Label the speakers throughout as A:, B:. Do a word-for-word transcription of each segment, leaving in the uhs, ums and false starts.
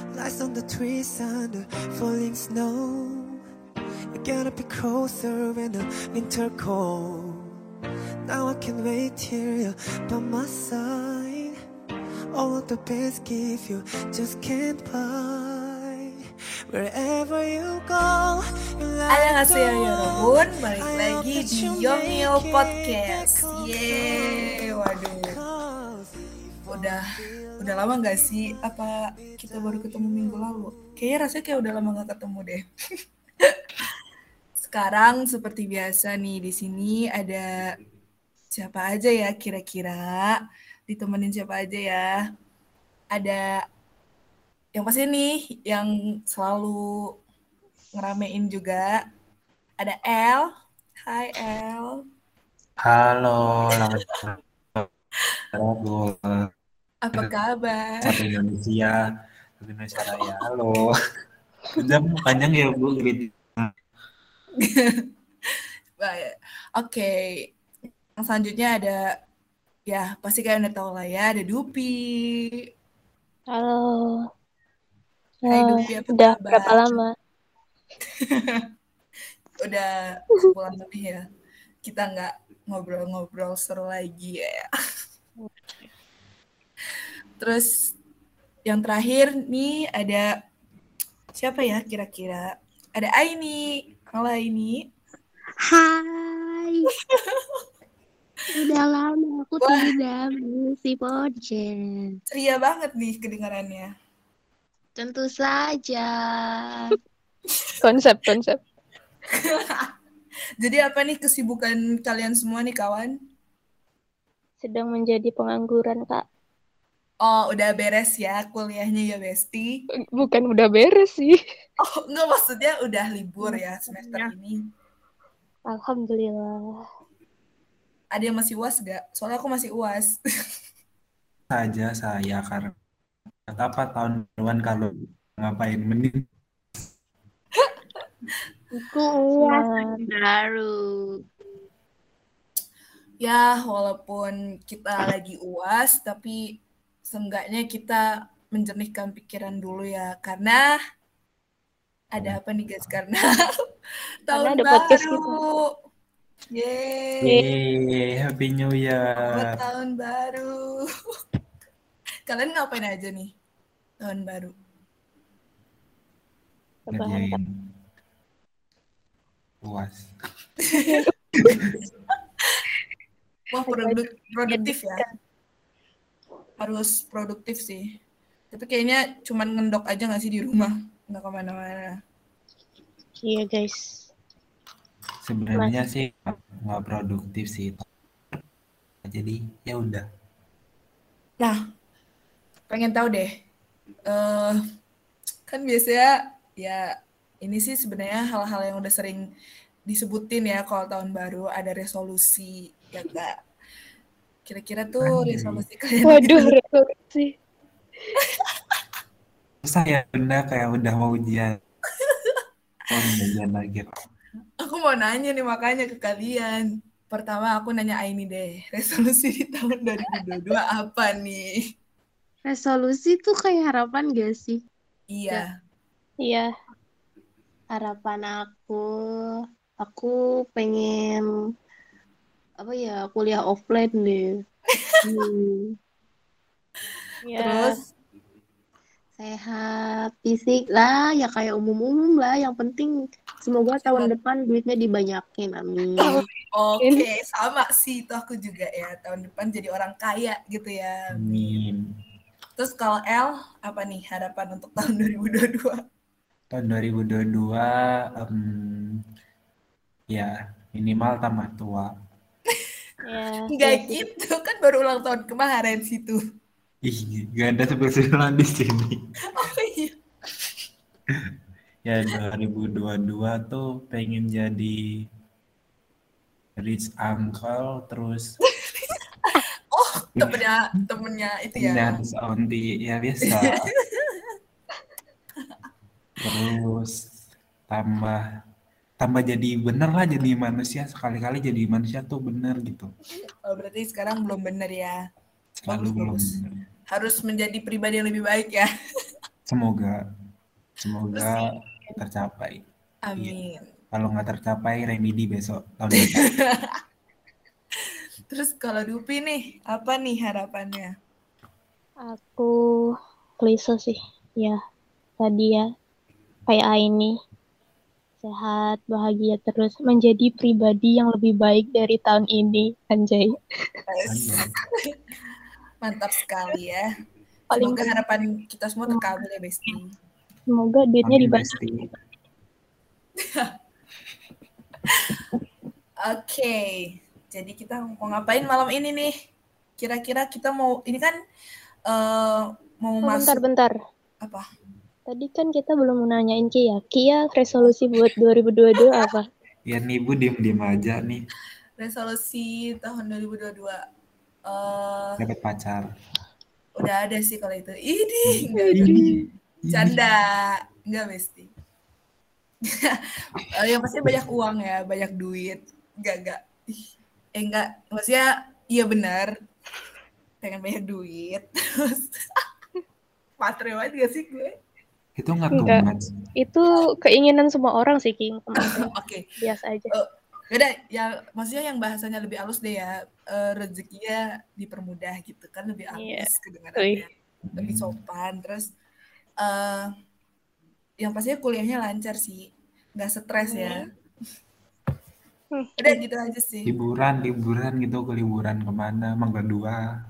A: Lights on the trees and the falling snow. You gotta be closer when the winter cold. Now I can wait here by my side. All of the best gift you just can't buy. Wherever you go, you like
B: Annyeonghaseyo Yorobun, balik lagi di Yomio Podcast. Yeay, waduh. Udah udah lama gak sih? Apa kita baru ketemu minggu lalu? Kayaknya rasanya kayak udah lama gak ketemu deh. Sekarang seperti biasa nih, di sini ada siapa aja ya kira-kira? Ditemenin siapa aja ya? Ada yang pasti nih yang selalu ngeramein juga. Ada El. Hai El.
C: Halo, selamat malam.
B: Apa kabar?
C: Satu Indonesia, satu Indonesia Raya. Halo. Udah panjang ya Bu gitu.
B: Baik. Oke. Yang selanjutnya ada, ya pasti kalian udah tahu lah ya, ada Dupi.
D: Halo.
B: Hai
D: Oh,
B: Dupi, apa
D: udah
B: kabar?
D: berapa lama?
B: Udah sebulan lebih ya. Kita nggak ngobrol-ngobrol seru lagi ya. Terus yang terakhir nih ada siapa ya kira-kira? Ada Aini. Halo Aini.
E: Hai. Udah lama aku
B: Wah.
E: tidak mengisi podcast.
B: Ceria banget nih kedengarannya.
E: Tentu saja.
D: Konsep-konsep.
B: Jadi apa nih kesibukan kalian semua nih kawan?
D: Sedang menjadi pengangguran, Kak.
B: Oh, udah beres ya kuliahnya ya, Besti?
D: Bukan udah beres sih.
B: Oh, enggak, maksudnya udah libur ya semester ini.
D: Alhamdulillah.
B: Ada yang masih U A S gak? Soalnya aku masih U A S.
C: Saja saya karena apa tahun depan kalau ngapain mending
E: Aku uas lagi baru.
B: Ya, walaupun kita lagi U A S, tapi seenggaknya kita menjernihkan pikiran dulu ya. Karena ada apa nih guys? Karena tahun
D: ada podcast
B: baru.
D: kita.
B: Yeay.
C: Yeay, Happy New
B: Selamat
C: Year.
B: tahun baru. Kalian ngapain aja nih tahun baru?
D: Rebahan, Kak.
C: Ngerjain U A S.
B: Wah, produk- produktif ya. Harus produktif sih. Tapi kayaknya cuman ngendok aja nggak sih di rumah, nggak kemana-mana.
D: Iya, guys.
C: Sebenarnya sih nggak produktif sih. Jadi ya udah.
B: Nah, pengen tahu deh. eh kan biasanya ya ini sih sebenarnya hal-hal yang udah sering disebutin ya kalau tahun baru ada resolusi ya enggak. Kira-kira tuh
C: Anjay.
B: resolusi kalian
D: Waduh,
B: gitu.
D: resolusi.
C: Susah ya benda kayak udah mau ujian. Oh, ujian lagi.
B: Aku mau nanya nih makanya ke kalian. Pertama aku nanya Aini deh, resolusi di tahun dua ribu dua puluh dua apa nih?
E: Resolusi tuh kayak harapan gak sih?
B: Iya.
D: Iya.
E: Harapan aku, aku pengen apa ya, kuliah offline deh. Hmm.
D: Iya.
B: Terus
E: Sehat fisik lah, ya kayak umum-umum lah. Yang penting semoga tahun depan duitnya dibanyakin, amin.
B: oke, sama sih itu aku juga ya. Tahun depan jadi orang kaya gitu ya.
C: Amin.
B: Terus kalau El, apa nih harapan untuk tahun dua ribu dua puluh dua?
C: Tahun dua ribu dua puluh dua em, ya minimal tamat tua.
D: Ya,
B: Enggak
D: iya sih.
B: gitu, kan baru ulang tahun kemarin situ.
C: Ih, gak ada sebel-sebelan di sini.
B: Oh iya.
C: Ya dua ribu dua puluh dua tuh pengen jadi rich uncle terus
B: Oh, temennya temennya itu ya.
C: pindah rich auntie ya biasa. Terus tambah tambah jadi bener lah jadi manusia sekali-kali jadi manusia tuh bener gitu.
B: Oh, berarti sekarang belum bener ya.
C: Selalu
B: Bagus,
C: belum
B: bagus.
C: bener.
B: Harus menjadi pribadi yang lebih baik ya.
C: Semoga,
B: Terus
C: semoga tercapai. Iya.
B: amin.
C: Kalau nggak tercapai, remedi besok tahun depan.
B: Terus kalau Dupi nih, apa nih harapannya?
D: Aku klise sih. Ya, tadi ya. Kayak Aini. Sehat, bahagia terus. Menjadi pribadi yang lebih baik dari tahun ini. Anjay.
C: Anjay.
B: Mantap sekali ya.
D: Paling
B: Semoga
D: penting.
B: harapan kita semua terkabul ya, Besti.
D: Semoga duitnya
C: Amin,
D: dibantu.
C: Besti.
B: Oke, jadi kita mau ngapain malam ini nih? Kira-kira kita mau, ini kan eh, mau
D: Oh,
B: masuk
D: bentar-bentar.
B: apa?
D: Tadi kan kita belum nanyain Kia. Kia resolusi buat dua ribu dua puluh dua apa?
C: Ya nih Bu, diem-diem aja nih.
B: Resolusi tahun dua ribu dua puluh dua. Eh,
C: Dapat pacar.
B: udah ada sih kalau itu. Ini
C: Hmm.
B: enggak ada.
C: Ini.
B: Canda. Enggak, Besti. Eh, yang pasti banyak uang ya, banyak duit. Enggak, enggak. Ih, Eh, enggak. Maksudnya, iya benar. Pengen banyak duit. Terus, matre banget gak sih gue?
C: Itu nggak
D: Enggak.
C: tumat.
D: Itu keinginan semua orang sih, King. Maksudnya
B: Oke.
D: biasa aja.
B: Eh, beda ya, maksudnya yang bahasanya lebih halus deh ya. Eh, rezekinya dipermudah gitu kan, lebih
D: Iya.
B: halus kedengarannya.
D: Wih.
B: Lebih sopan. Terus, eh yang pastinya kuliahnya lancar sih. Nggak stres ya.
D: Hmm.
B: Udah gitu aja sih.
C: Liburan, liburan gitu ke liburan kemana? Mangga Dua.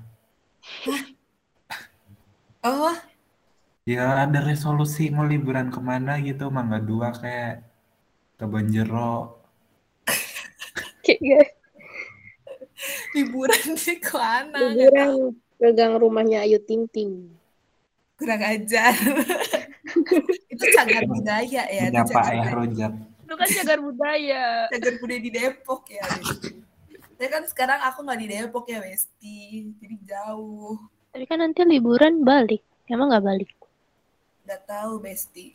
B: Oh,
C: Ya ada resolusi mau liburan kemana gitu, Mangga Dua kayak Kebon Jeruk.
D: Kayak gak.
B: liburan sih ke mana? Nggak tahu.
E: Liburan pegang rumahnya Ayu Ting Ting.
B: Kurang ajar. Itu cagar budaya ya. Itu
C: Menyapa
B: cagar,
C: Ayah Rojak.
D: Itu kan cagar budaya.
B: cagar budaya di Depok ya. Besti. Tapi kan sekarang aku nggak di Depok ya, Besti. Jadi jauh.
D: Tapi kan nanti liburan balik. Emang nggak balik?
B: Nggak tahu, Besti.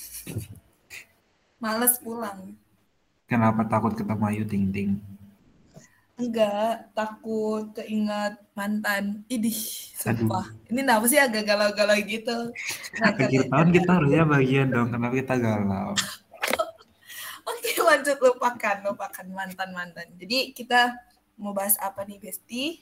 B: Males pulang.
C: Kenapa takut ketemu Ayu Ting Ting?
B: Enggak, takut keingat mantan. Idih, sumpah. Ini kenapa sih agak galau-galau gitu? Nah,
C: Akhir
B: kalian
C: tahun
B: kan-
C: kita harusnya bagian dong, kenapa kita galau?
B: Oke, lanjut, lupakan, lupakan mantan-mantan. Jadi kita mau bahas apa nih, Besti?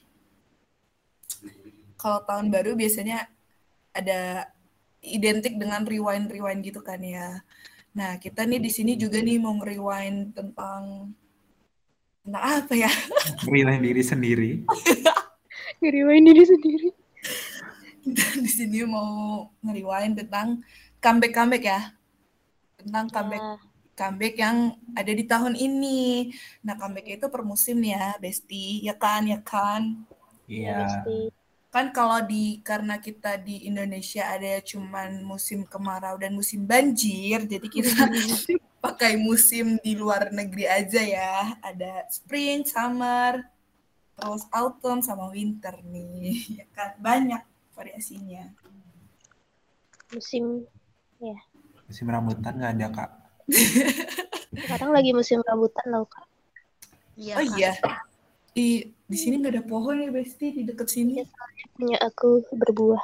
B: Kalau tahun baru biasanya ada identik dengan rewind-rewind gitu kan ya. Nah, kita nih di sini juga nih mau nge-rewind tentang tentang apa ya?
C: Rewind diri sendiri.
D: Ngeriwain diri sendiri.
B: Kita di sini mau nge-rewind tentang comeback-comeback ya. Tentang comeback
D: Ya,
B: comeback yang ada di tahun ini. Nah, comeback itu per musim ya, Besti. Ya kan, ya kan.
D: ya
C: Iya.
D: Besti.
B: Kan kalau di karena kita di Indonesia ada cuman musim kemarau dan musim banjir, jadi kita pakai musim di luar negeri aja ya. Ada spring, summer, terus autumn sama winter nih. Ya kan, banyak variasinya.
D: Musim,
C: Musim rambutan nggak ada, Kak.
D: sekarang lagi musim rambutan loh, Kak.
B: Oh iya. Di di sini nggak ada pohon ya, Besti, di dekat sini.
D: Ya, soalnya punya aku berbuah.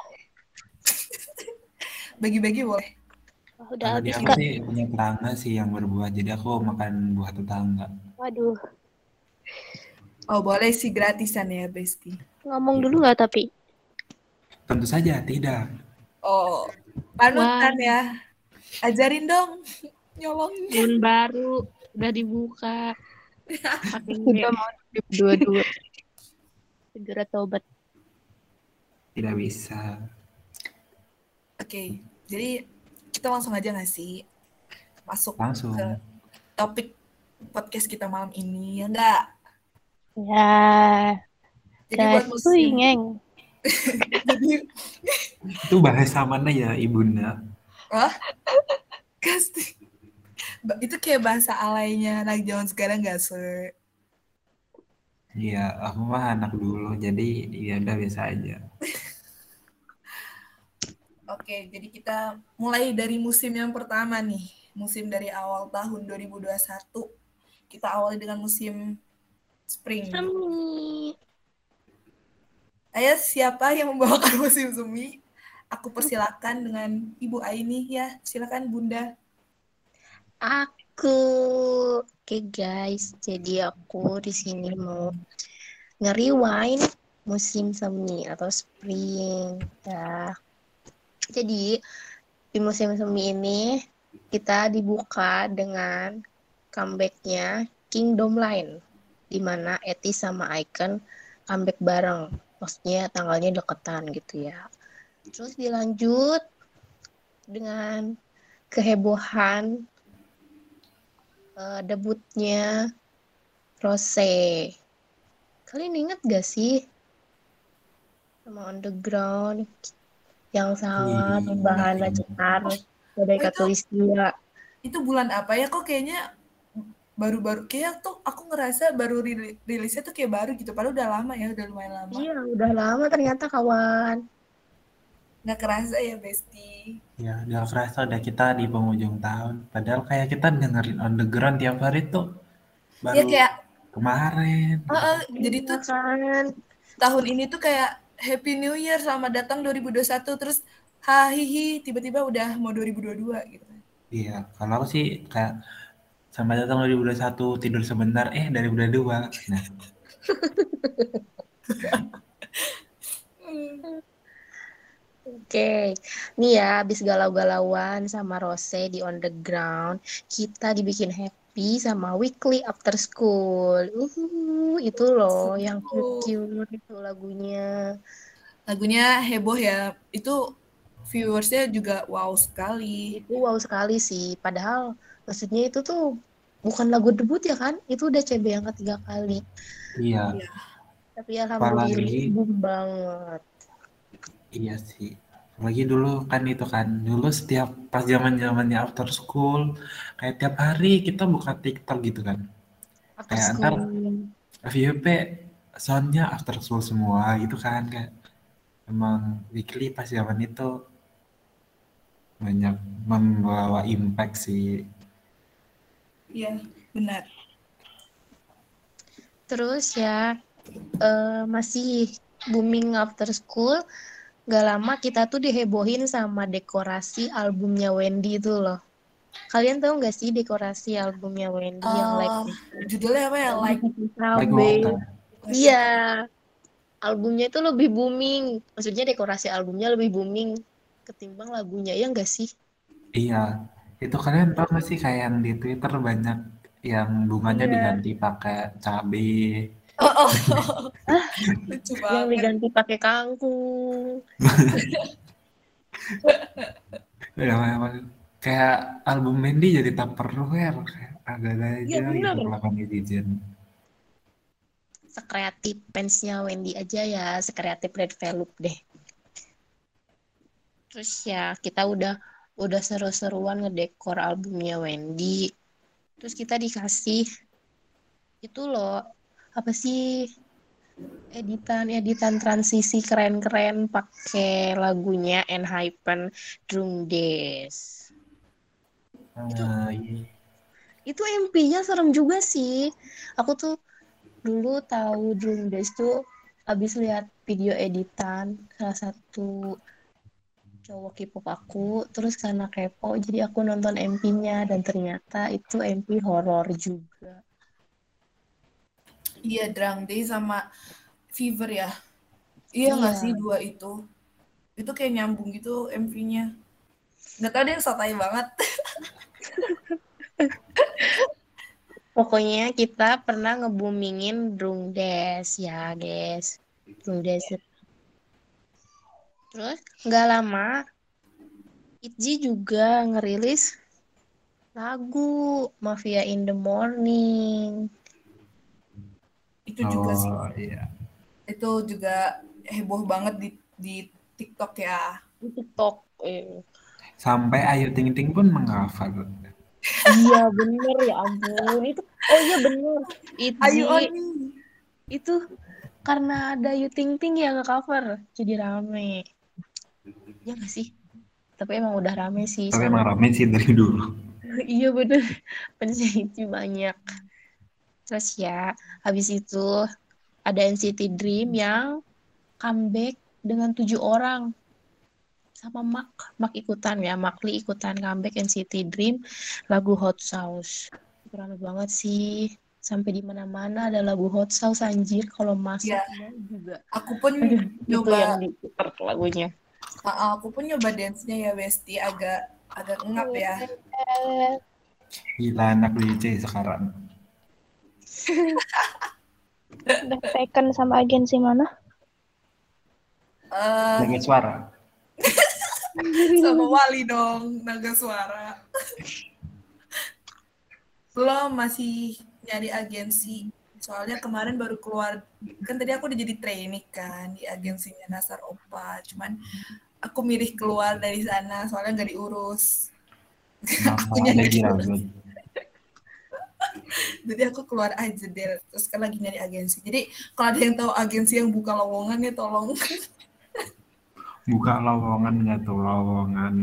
B: Bagi-bagi boleh.
D: Wah, udah
C: Kalau di
D: habis,
C: aku
D: Kak.
C: sih punya tetangga sih yang berbuah, jadi aku makan buah tetangga.
D: Waduh,
B: Oh, boleh sih, gratisan ya, Besti.
D: ngomong dulu nggak tapi?
C: Tentu saja tidak.
B: Oh, panutan ya. Ajarin dong. Nyolong.
F: Tahun baru udah dibuka. Pakai
D: Udah mau dua-dua. Segera tobat.
C: Tidak bisa.
B: Oke, jadi kita langsung aja nggak sih masuk
C: Langsung.
B: ke topik podcast kita malam ini, ya nggak?
D: Ya,
B: Jadi buat
D: gas
B: musim,
D: ngeng.
B: jadi
C: Itu bahasa mana ya, Ibunda?
B: wah, pasti Ba- itu kayak bahasa alaynya anak zaman sekarang nggak sih?
C: Iya, aku mah anak dulu, jadi ya udah biasa aja.
B: Oke, jadi kita mulai dari musim yang pertama nih, musim dari awal tahun dua ribu dua puluh satu. Kita awali dengan musim spring.
D: Semi.
B: Ayo, siapa yang membawakan musim semi? aku persilakan dengan Ibu Aini ya. Silakan Bunda.
E: Aku, oke guys, jadi aku di sini mau nge-rewind musim semi atau spring ya. Jadi di musim semi ini kita dibuka dengan comebacknya Kingdom Line, di mana Eti sama Icon comeback bareng. Maksudnya tanggalnya deketan gitu ya. Terus dilanjut dengan kehebohan uh, debutnya Rose. Kalian ingat gak sih sama Underground yang sama
C: Iya,
E: Bahana
C: iya.
E: Cetar, Badai
B: Oh, itu
E: Katulistiwa.
B: itu bulan apa ya? Kok kayaknya baru-baru kayak tuh aku ngerasa baru rili- rilisnya tuh kayak baru gitu. Padahal udah lama ya, udah lumayan lama.
E: Iya, udah lama ternyata kawan.
B: Nggak kerasa ya, Besti.
C: Ya, udah kerasa udah kita di penghujung tahun. Padahal kayak kita dengerin Underground tiap hari tuh
B: Ya
C: baru
B: kayak
C: kemarin.
B: uh, uh, jadi
E: Iya
B: tuh
E: kan.
B: tahun ini tuh kayak Happy New Year, selamat datang dua ribu dua puluh satu, terus hahihi tiba-tiba udah mau dua ribu dua puluh dua gitu.
C: Iya, kalau aku sih kayak sama datang dua ribu dua puluh satu tidur sebentar eh dari dua ribu dua puluh dua. Nah,
E: Oke, nih ya abis galau-galauan sama Rose di On The Ground, kita dibikin happy sama Weekly After School. Uh, itu loh yang cute-cute itu lagunya.
B: Lagunya heboh ya, itu viewersnya juga wow sekali.
E: Itu wow sekali sih. Padahal maksudnya itu tuh bukan lagu debut ya kan? Itu udah C B yang ketiga kali.
C: iya.
B: Iya.
E: Tapi alhamdulillah
C: Apalagi
E: boom banget.
C: iya sih. Apalagi dulu kan itu kan dulu setiap pas zaman-zamannya after school kayak tiap hari kita buka TikTok gitu kan.
E: After
C: Kayak ntar
E: school.
C: F Y P soundnya after school semua gitu kan kayak emang Weekly pas zaman itu banyak membawa impact sih.
B: Iya, benar.
E: Terus ya eh, masih booming after school. Gak lama kita tuh dihebohin sama dekorasi albumnya Wendy itu loh. Kalian tahu gak sih dekorasi albumnya Wendy yang like
B: Uh, judulnya apa ya? Like
C: Like
E: Cabe.
C: Water.
E: Iya, albumnya itu lebih booming. Maksudnya dekorasi albumnya lebih booming ketimbang lagunya, ya nggak sih?
C: Iya, itu kalian tau gak sih kayak yang di Twitter banyak yang bunganya
E: Iya.
C: diganti pakai cabe.
B: Oh, oh. Lucu
E: Yang
B: banget.
E: diganti pakai kangkung.
C: Ya, emang kayak album Mandy jadi Tupperware kayak ada-ada
E: Iya
C: aja gitu
E: bener.
C: kelakuan netizen.
E: Sekreatif fansnya Wendy aja ya, sekreatif Red Velvet deh. Terus ya kita udah udah seru-seruan ngedekor albumnya Wendy. Terus kita dikasih itu loh, apa sih editan-editan transisi keren-keren pakai lagunya Enhypen Drum Days.
C: Ah, iya.
E: Itu M P-nya serem juga sih. Aku tuh dulu tahu Drum Days tuh abis lihat video editan salah satu cowok K-pop aku, terus karena kepo jadi aku nonton M P-nya dan ternyata itu M P horor juga.
B: Iya, Drang Day sama Fever ya. Iya nggak
E: Iya.
B: sih dua itu? Itu kayak nyambung gitu M V-nya. Nggak tahu deh, sotai banget.
E: Pokoknya kita pernah nge-boomingin Drum Days ya, guys. Drum Days. Terus nggak lama ITZY juga ngerilis lagu Mafia in the Morning.
B: Itu juga sih.
C: Oh iya.
B: Itu juga heboh banget di di TikTok ya.
E: Di TikTok. Eh.
C: Sampai Ayu Ting Ting pun menghafal.
E: Iya bener ya ampun itu. Oh iya bener.
B: Ayu
E: ITZY
B: Oni.
E: itu karena ada Ayu Ting Ting yang nge-cover jadi rame. Ya nggak sih? Tapi emang udah rame sih.
C: Tapi
E: Sama.
C: emang rame sih dari dulu.
E: Iya bener. Penyanyi banyak. Terus ya habis itu ada N C T Dream yang comeback dengan tujuh orang. sama Mark, Mark ikutan ya, Mark Lee ikutan comeback N C T Dream lagu Hot Sauce. Rame banget sih. Sampai di mana-mana ada lagu Hot Sauce anjir kalau masuk
B: Ya,
E: mall juga.
B: aku pun
E: Aduh, itu yang
B: nyoba,
E: diputar lagunya.
B: uh, aku pun nyoba dance-nya ya Besti, agak agak ngap ya.
D: Eh,
C: Gila anak D J sekarang.
D: udah taken sama agensi mana?
B: Eh,
C: Jaga suara.
B: sama Wali dong, Naga Suara. Belum, masih nyari agensi. Soalnya kemarin baru keluar, kan tadi aku udah jadi trainee kan di agensinya Nasar Opa. Cuman aku milih keluar dari sana soalnya nggak diurus.
C: Kenapa
B: Aku
C: ada
B: nyari
C: Giragot?
B: Jadi aku keluar aja deh. Terus kan lagi nyari agensi. Jadi kalau ada yang tahu agensi yang buka lowongan ya tolong.
C: Buka lowongan nggak tuh lowongan?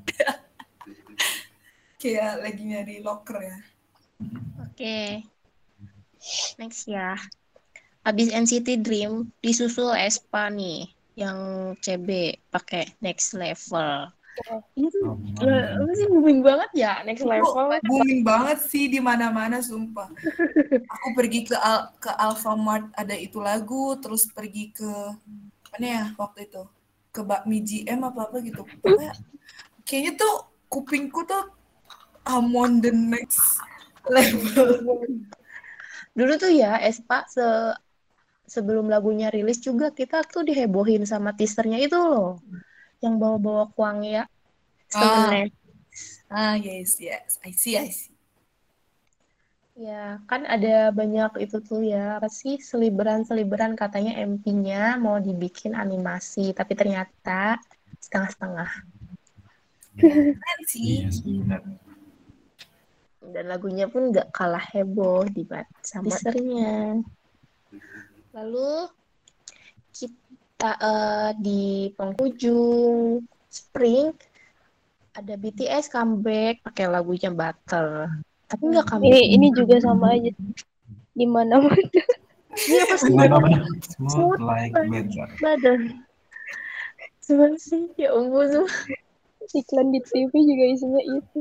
B: Kayak lagi nyari locker ya.
E: Oke. Next ya. Abis N C T Dream disusul aespa nih yang C B pakai Next Level. Ini tuh
C: Oh,
E: eh, apa sih booming banget ya Next
B: Itu
E: Level.
B: booming banget sih di mana-mana sumpah. Aku pergi ke Al- ke Alfamart ada itu lagu, terus pergi ke mana ya waktu itu? Ke Bakmi G M apa-apa gitu. Pokoknya kayaknya tuh kupingku tuh I'm on the next level.
E: Dulu tuh ya aespa se sebelum lagunya rilis juga kita tuh dihebohin sama teasernya itu loh. Yang bawa-bawa kuang ya.
B: Ah,
E: Sebenarnya.
B: ah yes yes, I see I see.
E: Ya, kan ada banyak itu tuh ya, apa sih, seliberan-seliberan katanya M P-nya mau dibikin animasi, tapi ternyata setengah-setengah.
B: Keren sih.
C: iya sih benar.
E: Dan lagunya pun nggak kalah heboh di sama teasernya. Lalu kita eh, di penghujung spring ada B T S comeback pakai lagunya Butter. Tapi nggak
D: Ini
E: comeback.
D: ini juga sama aja. Di mana-mana
E: Iya pasti
C: Gimana mana?
E: Smooth
C: Smooth like butter.
E: Butter. Cuman sih ya ampun tuh.
D: iklan di T V juga isinya itu.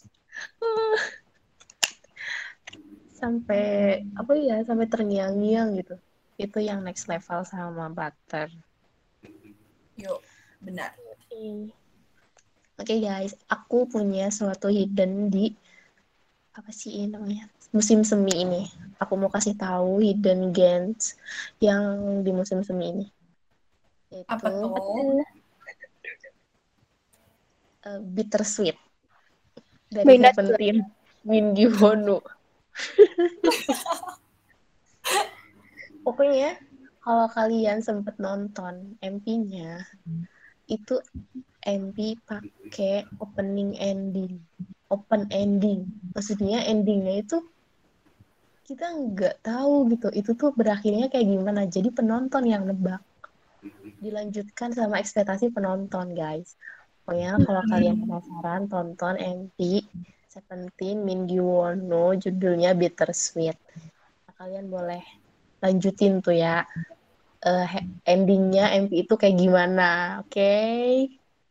E: Sampai apa ya sampai terngiang-ngiang gitu. Itu yang next level sama Butter.
B: Yuk, benar.
D: Ih,
E: Oke guys, aku punya suatu hidden di apa sih ini namanya musim semi ini. Aku mau kasih tahu hidden gems yang di musim semi ini.
B: Apa
E: Yaitu
B: tuh?
E: uh, Bittersweet dari
D: By Nat-
E: Seventeen, Min Gi Wonu. Pokoknya kalau kalian sempet nonton M P-nya itu M P pakai opening ending, open ending. Maksudnya endingnya itu kita nggak tahu gitu, itu tuh berakhirnya kayak gimana. Jadi penonton yang nebak. Dilanjutkan sama ekspektasi penonton, guys. Pokoknya kalau kalian penasaran, tonton M P Seventeen Min Gi Wonu, judulnya Bittersweet. Nah, kalian boleh lanjutin tuh ya. Uh, endingnya M P itu kayak gimana, oke? Okay?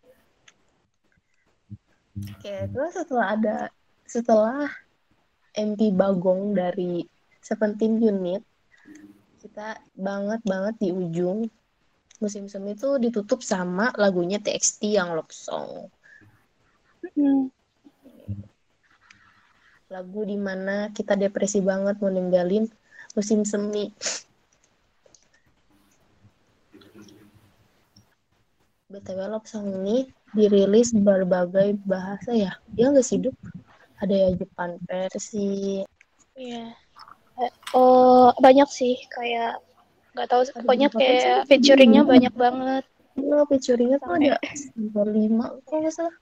E: Oke, okay, terus setelah ada setelah M P Bagong dari Seventeen Unit, kita banget banget di ujung musim semi itu ditutup sama lagunya T X T yang Love Song.
D: Hmm.
E: Lagu dimana kita depresi banget mau ninggalin musim semi. B T W Love Song ini dirilis berbagai bahasa ya. Ya nggak sih, Duk? Ada ya Jepang versi.
D: Iya. Oh, banyak sih kayak nggak tahu
E: Ada
D: pokoknya
E: berapa
D: kayak
E: versi?
D: featuringnya banyak banget.
E: Iya, featuringnya tuh
D: Sampai-
E: ada sekitar lima kalau nggak salah.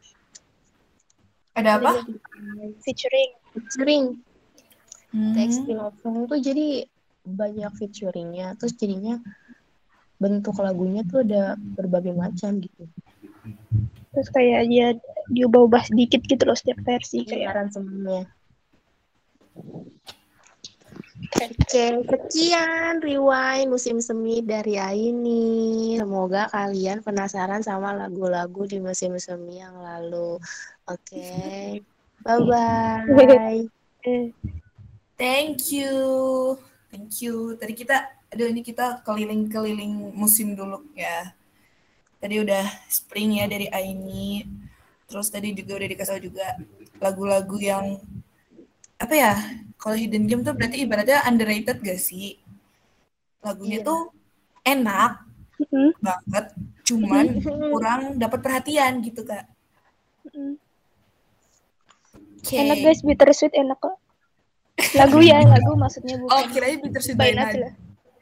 B: Ada apa?
D: Featuring.
E: Featuring.
B: Hmm.
E: T X T Love Song tuh jadi banyak featuringnya. Terus jadinya bentuk lagunya tuh ada berbagai macam gitu.
D: Terus kayak dia diubah-ubah sedikit gitu loh setiap versi
E: Iya,
D: kayak.
E: aransemennya. Oke, sekian rewind musim semi dari Aini. Semoga kalian penasaran sama lagu-lagu di musim semi yang lalu. Oke, bye-bye.
B: Thank you. Thank you. Tadi kita, aduh ini kita keliling-keliling musim dulu ya. Tadi udah spring ya dari Aini. Terus tadi juga udah dikasih tahu juga lagu-lagu yang apa ya? Kalau Hidden Gem tuh berarti ibaratnya underrated gak sih? Lagunya
E: Iya.
B: tuh enak
D: Mm-mm.
B: banget, cuman kurang dapat perhatian gitu Kak.
D: Mm-mm.
B: Oke.
D: Enak guys, bittersweet enak kok. Lagu ya, lagu maksudnya bukan.
B: Oh, kirain Bittersweet
D: by
B: by
D: Nats
B: Nats.
D: lah.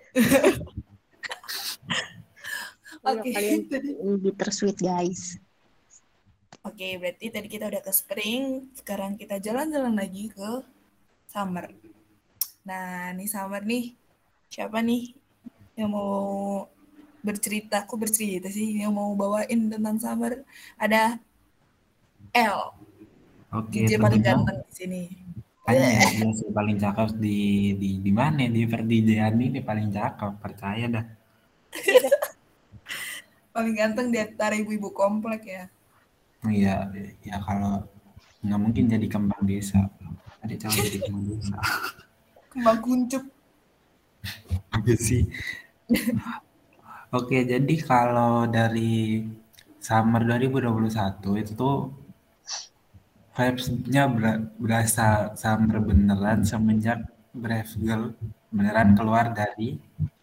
B: Oke.
E: Kalian bittersweet guys.
B: Oke, berarti tadi kita udah ke spring, sekarang kita jalan-jalan lagi ke summer. Nah, nih summer nih, siapa nih yang mau bercerita? Aku bercerita sih, yang mau bawain tentang summer. Ada L,
C: Oke,
B: D J paling
C: tentunya
B: ganteng di sini.
C: kan ya dia sih paling cakep di di di mana di perdijayan ini paling cakep, percaya dah.
B: Paling ganteng di antara ibu-ibu komplek ya.
C: Iya, ya kalau nggak mungkin jadi kembang desa. Ada cowok jadi kembang desa.
B: Kembang kuncup.
C: Iya sih. Oke, jadi kalau dari summer dua ribu dua puluh satu itu tuh vibes-nya ber- berasa summer beneran semenjak Brave Girl beneran keluar dari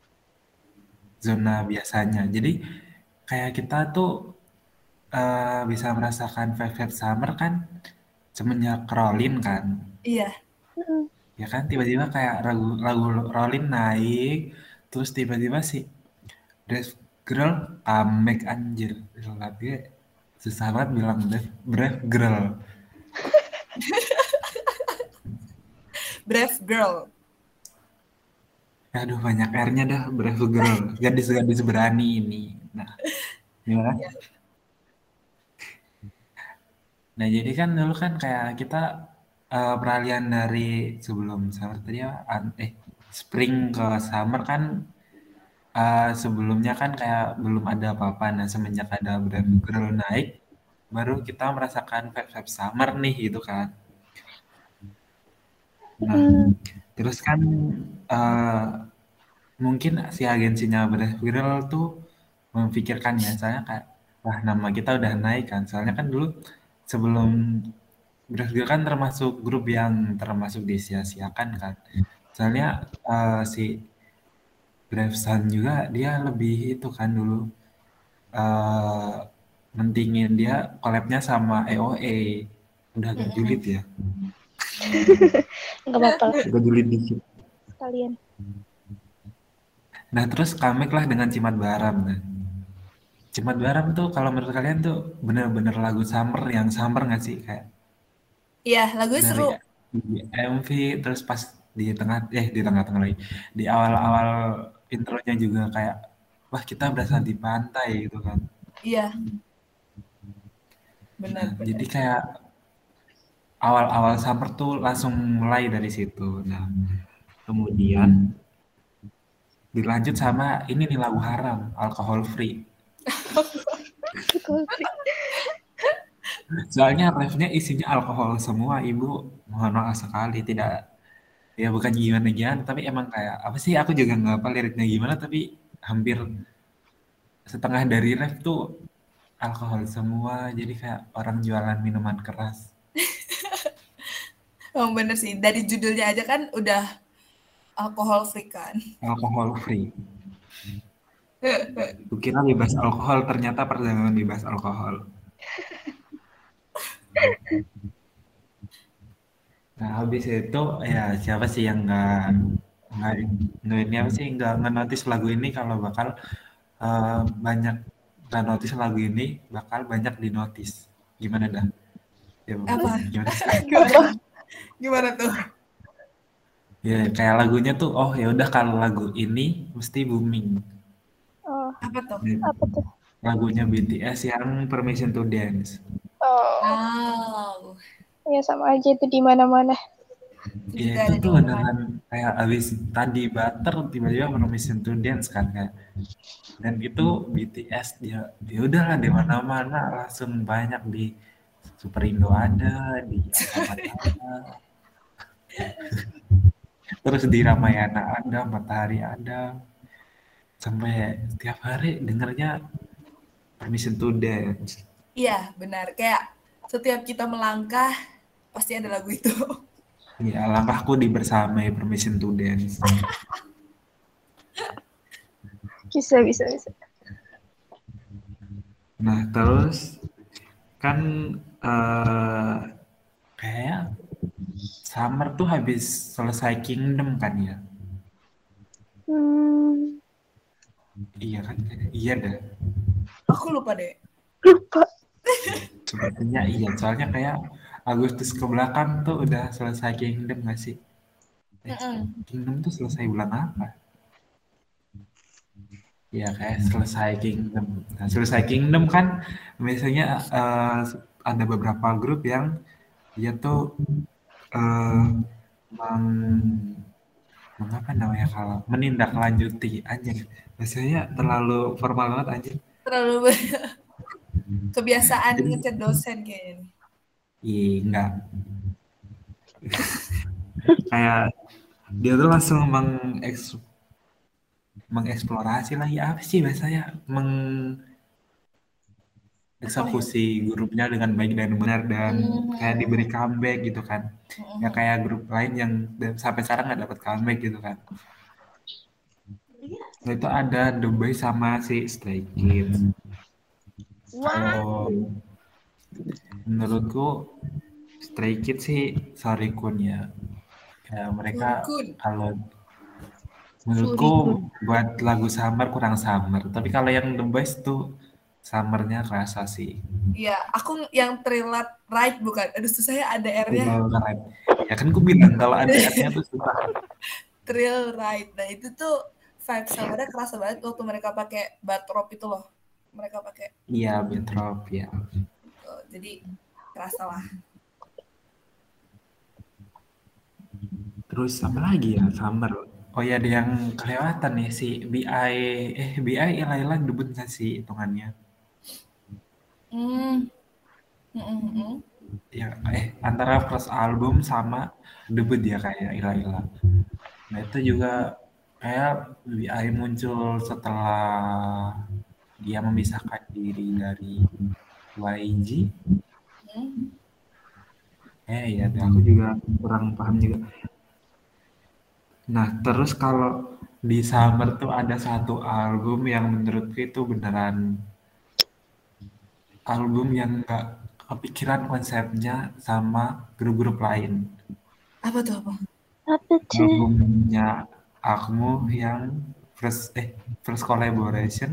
C: zona biasanya. Jadi kayak kita tuh eh, bisa merasakan vibe summer kan semenjak Rolin kan.
B: Iya.
C: Ya kan tiba-tiba kayak lagu lagu Rolin naik terus tiba-tiba si Brave Girl comeback anjir. Dia susah banget bilang Brave, Brave Girl.
B: Brave Girl.
C: Aduh banyak R-nya dah Brave Girl. Gadis-gadis berani ini. Nah, gimana?
B: Ya.
C: Nah jadi kan dulu kan kayak kita uh, peralihan dari sebelum summer tadi ya, an- eh spring ke summer kan uh, sebelumnya kan kayak belum ada apa-apa. Nah semenjak ada Brave Girl naik, baru kita merasakan vibe-vibe summer nih gitu kan. Nah terus kan uh, mungkin si agensinya Brave Girl tuh memikirkan ya, soalnya kayak wah nama kita udah naik kan. Soalnya kan dulu sebelum Brave Girl kan termasuk grup yang termasuk disia-siakan kan. Soalnya uh, si Brave Sun juga dia lebih itu kan dulu uh, mentingin dia collab-nya sama E O E. Udah agak julid ya.
D: Enggak apa-apa
C: Agak julid dikit.
D: kalian.
C: Nah terus comeback lah dengan Cimat Baram. Nah. Cimat Baram tuh kalau menurut kalian tuh bener-bener lagu summer yang summer nggak sih kayak
B: Iya, lagunya
C: dari
B: seru.
C: di M V terus pas di tengah eh di tengah-tengah lagi di awal-awal intronya juga kayak wah kita berasa di pantai gitu kan.
B: Iya.
C: Nah,
B: Benar, benar.
C: jadi kayak awal-awal summer tuh langsung mulai dari situ. Nah, kemudian dilanjut sama ini nih lagu Haram, Alcohol Free. Soalnya refnya isinya alkohol semua, Ibu. Mohon maaf sekali, tidak ya bukan gimana-gimana, tapi emang kayak apa sih? Aku juga nggak apa liriknya gimana, tapi hampir setengah dari ref tuh alkohol semua, jadi kayak orang jualan minuman keras.
B: Oh, bener sih. Dari judulnya aja kan udah alkohol free kan.
C: Alkohol free. Kukira bebas alkohol, ternyata perdagangan bebas alkohol. Nah habis itu ya siapa sih yang nggak nggak nggak ini apa sih nggak ngenotis lagu ini kalau bakal uh, banyak nggak notice lagu ini bakal banyak dinotis. Gimana dah? Ya,
B: Apa?
C: gimana sih?
B: Gimana? Gimana tuh?
C: Ya kayak lagunya tuh oh ya udah kalau lagu ini mesti booming.
D: Oh,
B: Apa tuh?
C: Ya,
D: apa tuh?
C: lagunya B T S yang Permission to Dance.
D: Oh,
B: Oh.
D: ya sama aja itu di mana-mana.
B: Itu
C: Iya
B: juga
C: itu
B: ada di
C: tuh
B: mana-mana.
C: beneran kayak abis tadi butter tiba-tiba Permission to Dance kan kayak. Dan itu B T S dia dia udahlah di mana-mana langsung banyak di Superindo ada, di Alfamart ada, terus di Ramayana ada, Matahari ada, sampai setiap hari dengernya Permission to Dance.
B: Iya, benar. Kayak setiap kita melangkah pasti ada lagu itu.
C: Ya langkahku dibersamai Permission to Dance.
D: Bisa, bisa, bisa.
C: Nah terus kan eh kayak Summer tuh habis selesai Kingdom kan ya?
D: Hmm,
C: Iya kan? Iya dah.
B: Aku lupa deh.
D: lupa.
C: Sepertinya iya. Soalnya kayak Agustus ke belakang tuh udah selesai Kingdom gak sih? Eh,
B: Mm-mm.
C: Kingdom tuh selesai bulan apa? Ya kayak selesai Kingdom. Nah, selesai Kingdom kan biasanya eh, ada beberapa grup yang dia tuh eh meng, mengapa namanya kalau menindaklanjuti anjir. Biasanya terlalu formal banget anjir.
B: Terlalu ber- kebiasaan
C: Jadi
B: ngechat dosen kayaknya nih.
C: iya enggak kayak dia tuh langsung mengeks mengeksplorasi lagi apa sih biasanya
B: Apa ya?
C: mengeksekusi grupnya dengan baik dan benar dan kayak diberi
B: Hmm.
C: comeback gitu kan ya
B: Mm-mm.
C: kayak grup lain yang dan sampai sekarang nggak dapat comeback gitu kan. Nah, itu ada The Boys sama si Stray Kids. Kalau menurutku Stray Kids sih sorry Kun ya kayak mereka
B: Kun-kun.
C: kalau menurutku buat lagu Summer kurang summer tapi kalau yang The Boys tuh summernya kerasa sih.
B: Iya, aku yang Thriller Right bukan. Aduh, susah ya ada R-nya.
C: Betul keren. Ya kan gue bilang kalau ada R-nya tuh susah.
B: Thrill Right. Nah, itu tuh vibe summernya kerasa banget waktu mereka pakai batrop itu loh. Mereka pakai.
C: Iya, Betrop ya.
B: Oh, jadi kerasa lah.
C: Terus apa lagi ya Summer? Oh ya ada yang kelewatan nih si B I eh B I Ella debut nggak sih hitungannya?
B: Hmm. Mm-mm.
C: Ya eh antara first album sama debut dia kayak Ella Ella. Nah itu juga kayak B I muncul setelah dia memisahkan diri dari Y G.
B: Hmm.
C: Eh ya aku juga kurang paham juga. Nah, terus kalau di Summer tuh ada satu album yang menurutku itu beneran album yang gak kepikiran konsepnya sama grup-grup lain.
B: Apa tuh apa?
D: Apa tuh?
C: Albumnya Akmu yang first eh first collaboration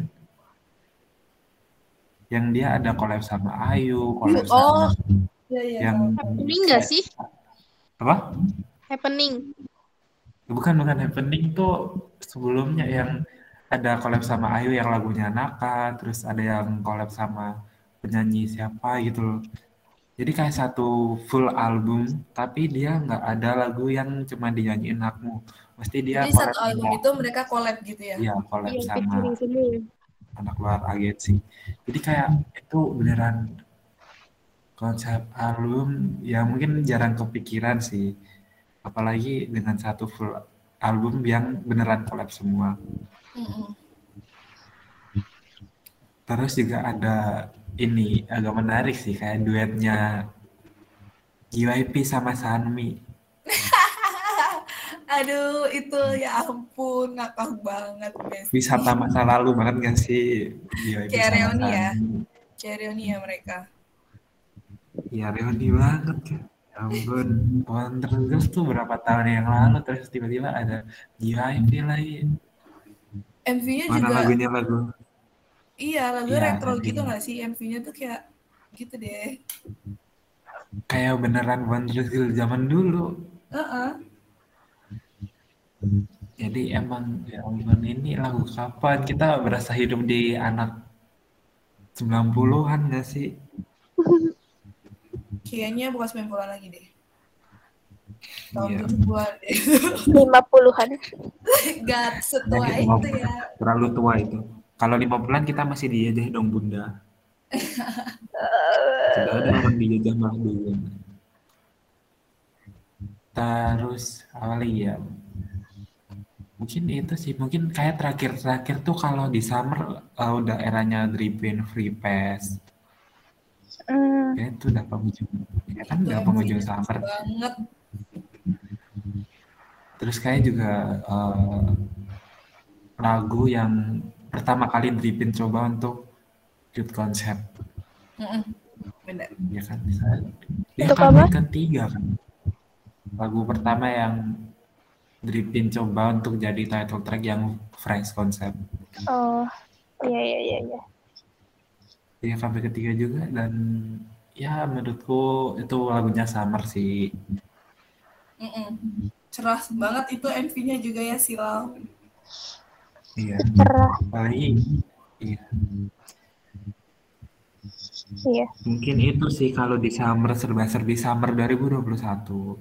C: yang dia ada collab sama Ayu, collab
B: Oh,
C: sama
B: iya iya.
C: yang
F: Happening nggak sih?
C: apa?
F: Happening.
C: Bukan bukan Happening tuh sebelumnya yang ada collab sama Ayu yang lagunya Naka, terus ada yang collab sama penyanyi siapa gitu loh. Jadi kayak satu full album, tapi dia nggak ada lagu yang cuma dinyanyiin Akmu. Mesti dia
B: Jadi
C: collab
B: satu album
C: sama,
B: itu mereka collab gitu ya?
C: ya collab
F: Iya,
C: sama
F: featuring semua.
C: anak luar agensi. Jadi kayak itu beneran konsep album yang mungkin jarang kepikiran sih. Apalagi dengan satu full album yang beneran collab semua.
B: Mm-mm.
C: Terus juga ada ini agak menarik sih kayak duetnya J Y P sama Sunmi.
B: Aduh, itu ya ampun, ngakak banget, guys.
C: Wisata masa lalu banget gak sih J Y P
B: Kayak
C: sama
B: reuni ya.
C: Sunmi?
B: Kayak reuni ya mereka.
C: Ya reuni banget kan. Ya ampun, Wonder Girls tuh berapa tahun yang lalu terus tiba-tiba ada J Y P lagi.
B: M V-nya
C: Mana
B: juga,
C: lagunya lagu?
B: iya lagu
C: Iya,
B: retro
C: tadi.
B: gitu gak sih? M V-nya tuh kayak gitu deh.
C: Kayak beneran Wonder Girls zaman dulu.
B: Heeh.
C: Jadi emang ya ampun ini lagu kapan kita berasa hidup di anak sembilan puluhan gak sih?
B: Kayaknya bukan sembilan puluhan lagi deh. tahun
C: Iya.
B: tujuh puluhan deh.
D: lima puluhan.
B: Gak
C: Nah,
B: setua
C: kita
B: itu
C: mau
B: ya.
C: terlalu tua itu. Kalau lima puluhan kita masih dijajah dong bunda. Sudah ada orang dijajah malah dulu. Terus apa lagi ya? Mungkin itu sih, mungkin kayak terakhir-terakhir tuh kalau di summer uh, udah eranya Dripin Free Pass.
D: Hmm,
C: Ya itu udah penghujung. Ya kan
B: Itu
C: udah penghujung
B: M V-nya
C: summer.
B: banget.
C: Terus kayak juga uh, lagu yang pertama kali Dripin coba untuk Cute Concept.
B: Mm-mm. Bener.
C: Ya kan, saya dia
D: Untuk
C: comeback
D: apa?
C: ketiga kan. Lagu pertama yang Dripin coba untuk jadi title track yang fresh concept.
D: Oh, iya iya iya iya.
C: Dia comeback ketiga juga dan ya menurutku itu lagunya Summer sih.
B: Mm-mm. Cerah banget itu M V-nya juga ya Silau.
C: Iya.
D: Cerah.
C: Apalagi iya.
D: Iya.
C: Mungkin itu sih kalau di Summer serba-serbi Summer dua ribu dua puluh satu.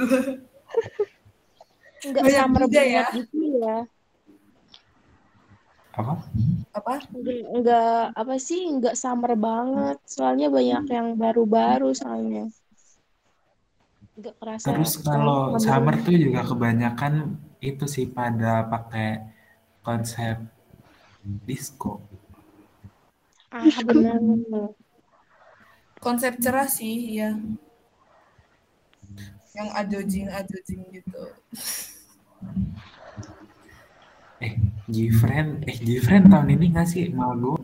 D: Nggak
B: Banyak
D: summer
B: juga ya.
D: banget gitu ya.
C: Apa?
B: Apa?
E: Nggak, nggak apa sih, nggak summer banget. Soalnya banyak yang baru-baru soalnya. Nggak kerasa
C: Terus
E: terlalu
C: kalau
E: summer.
C: Summer tuh juga kebanyakan itu sih pada pakai konsep disco.
E: Ah, benar.
B: Konsep cerah sih ya. Yang adojing-adojing gitu.
C: Eh, Gfriend, eh Gfriend tahun ini nggak sih Malgo?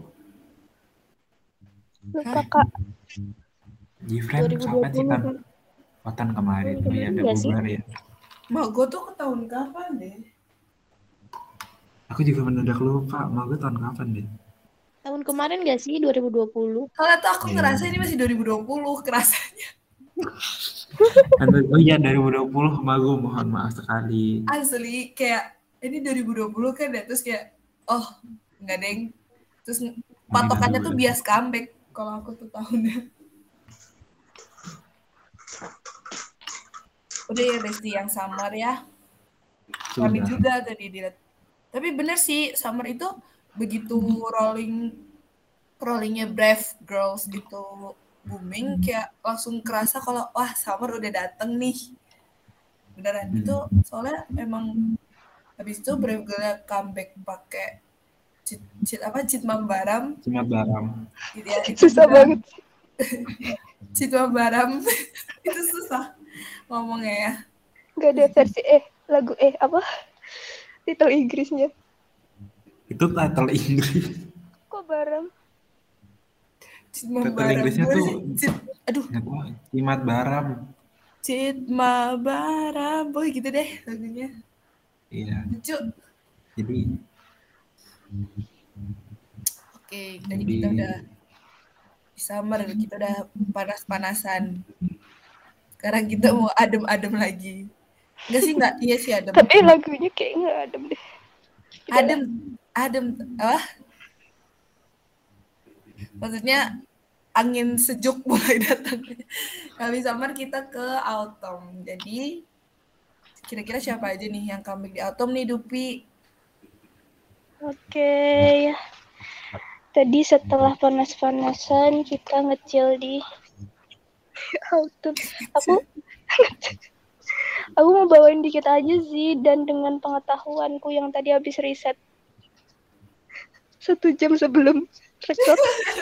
D: Lupa kak.
C: Gfriend kapan sih kan? Oh, tahun kemarin. Oh ya, udah
E: Iya sih.
C: bubar ya.
B: Mago tuh ke tahun kapan deh?
C: Aku juga mendadak lupa. Malgo tahun kapan deh?
E: Tahun kemarin nggak sih, dua ribu dua puluh?
B: Kalau tuh aku
C: Iya.
B: ngerasa ini masih dua ribu dua puluh kerasanya.
C: Oh iya, dua ribu dua puluh Malgo, mohon maaf sekali.
B: Asli kayak ini dua ribu dua puluh kan ya, terus kayak oh nggak deng. Terus patokannya tuh bias comeback kalau aku tuh tahunnya. Udah ya Besti yang Summer ya. Kami
C: Sudah.
B: juga tadi dilihat. Tapi bener sih Summer itu begitu rolling rollingnya Brave Girls gitu booming, kayak langsung kerasa kalau wah Summer udah dateng nih. Beneran
C: Hmm.
B: itu soalnya emang habis itu Brave Girl comeback pakai cheat, cheat apa cheat Mambaram
C: Cimat Baram.
B: gitu ya. Itu
D: Susah
B: beneran.
D: banget.
B: Cheat Mambaram itu susah ngomongnya ya.
D: Nggak ada versi eh lagu eh apa? Titel Inggrisnya.
C: Itu title Inggris.
D: Kok bareng?
B: Cheat
C: Title
B: Mambaram.
C: Inggrisnya
B: Gimana
C: tuh
B: sih? Cheat, aduh,
C: nggak tahu. Cimat Baram.
B: Cheat Mambaram. Boy gitu deh lagunya.
C: Iya.
B: Lucu.
C: Jadi
B: Oke, tadi
C: Jadi-
B: kita udah di summer, kita udah panas-panasan. Sekarang kita mau adem-adem lagi. Enggak sih, enggak. Iya sih adem.
D: Tapi lagunya kayak nggak adem deh.
B: Adem, adem. Apa? Maksudnya angin sejuk mulai datang. Habis summer kita ke autumn. Jadi kira-kira siapa aja nih yang comeback di autumn nih, Dupi?
D: Oke ya. Tadi setelah panas-panasan kita ngecil di autumn. Aku aku mau bawain dikit aja sih, dan dengan pengetahuanku yang tadi habis riset satu jam sebelum record.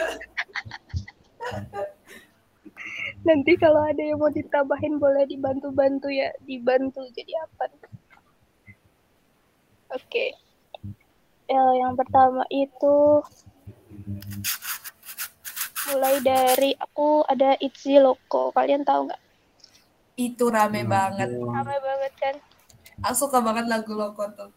D: Nanti kalau ada yang mau ditambahin boleh dibantu-bantu ya, dibantu jadi apa? Oke. Ya, yang pertama itu mulai dari aku ada Itzy Loco. Kalian tahu nggak?
B: Itu rame banget.
D: Ramai banget kan?
B: Aku suka banget lagu Loco tuh.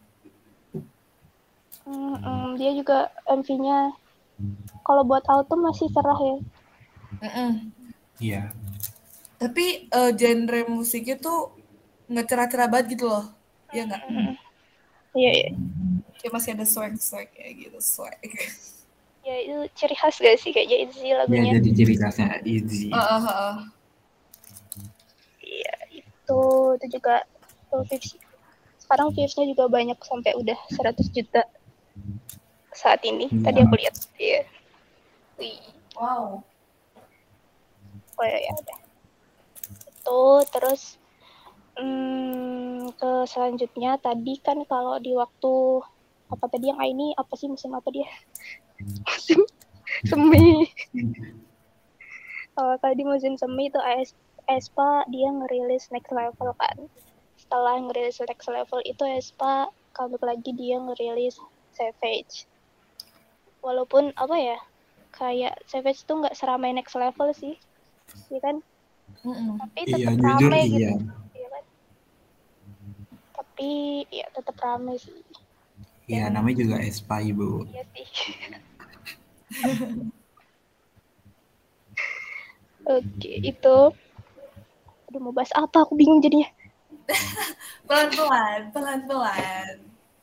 D: Hmm, hmm, dia juga M V-nya kalau buat autumn masih cerah ya.
B: Mm-mm.
C: iya.
B: Tapi uh, genre musiknya tuh nggak cerah-cerah banget gitu loh. Iya nggak?
D: Iya, iya.
B: Kayak masih ada swag-swag kayak gitu, swag.
D: Ya itu ciri khas gak sih kayaknya Itzy
C: Ya
D: lagunya?
C: jadi ciri khasnya Easy.
B: Uh, uh, uh.
D: Iya, itu itu juga tuh views. Sekarang viewsnya juga banyak sampai udah seratus juta saat ini. Tadi
C: Iya.
D: aku lihat. Iya. Wih.
B: Wow.
D: Oh ya, ya udah. Itu terus hmm, ke selanjutnya tadi kan kalau di waktu apa tadi yang ini apa sih musim apa dia? Musim semi. Oh, kalau di musim semi itu AS, aespa dia ngerilis next level kan. Setelah ngerilis next level itu aespa comeback lagi dia ngerilis Savage. Walaupun apa ya, kayak Savage tuh nggak seramai next level sih, ya kan?
B: Mm-mm.
D: Tapi
C: Iya,
D: tetap
C: jujur
D: rame
C: iya.
D: gitu, ya kan? Tapi ya tetap rame sih.
C: Iya,
D: Dan
C: namanya juga aespa, Ibu.
D: iya sih. Oke, itu. Aduh, mau bahas apa? Aku bingung jadinya.
B: Pelan-pelan, pelan-pelan.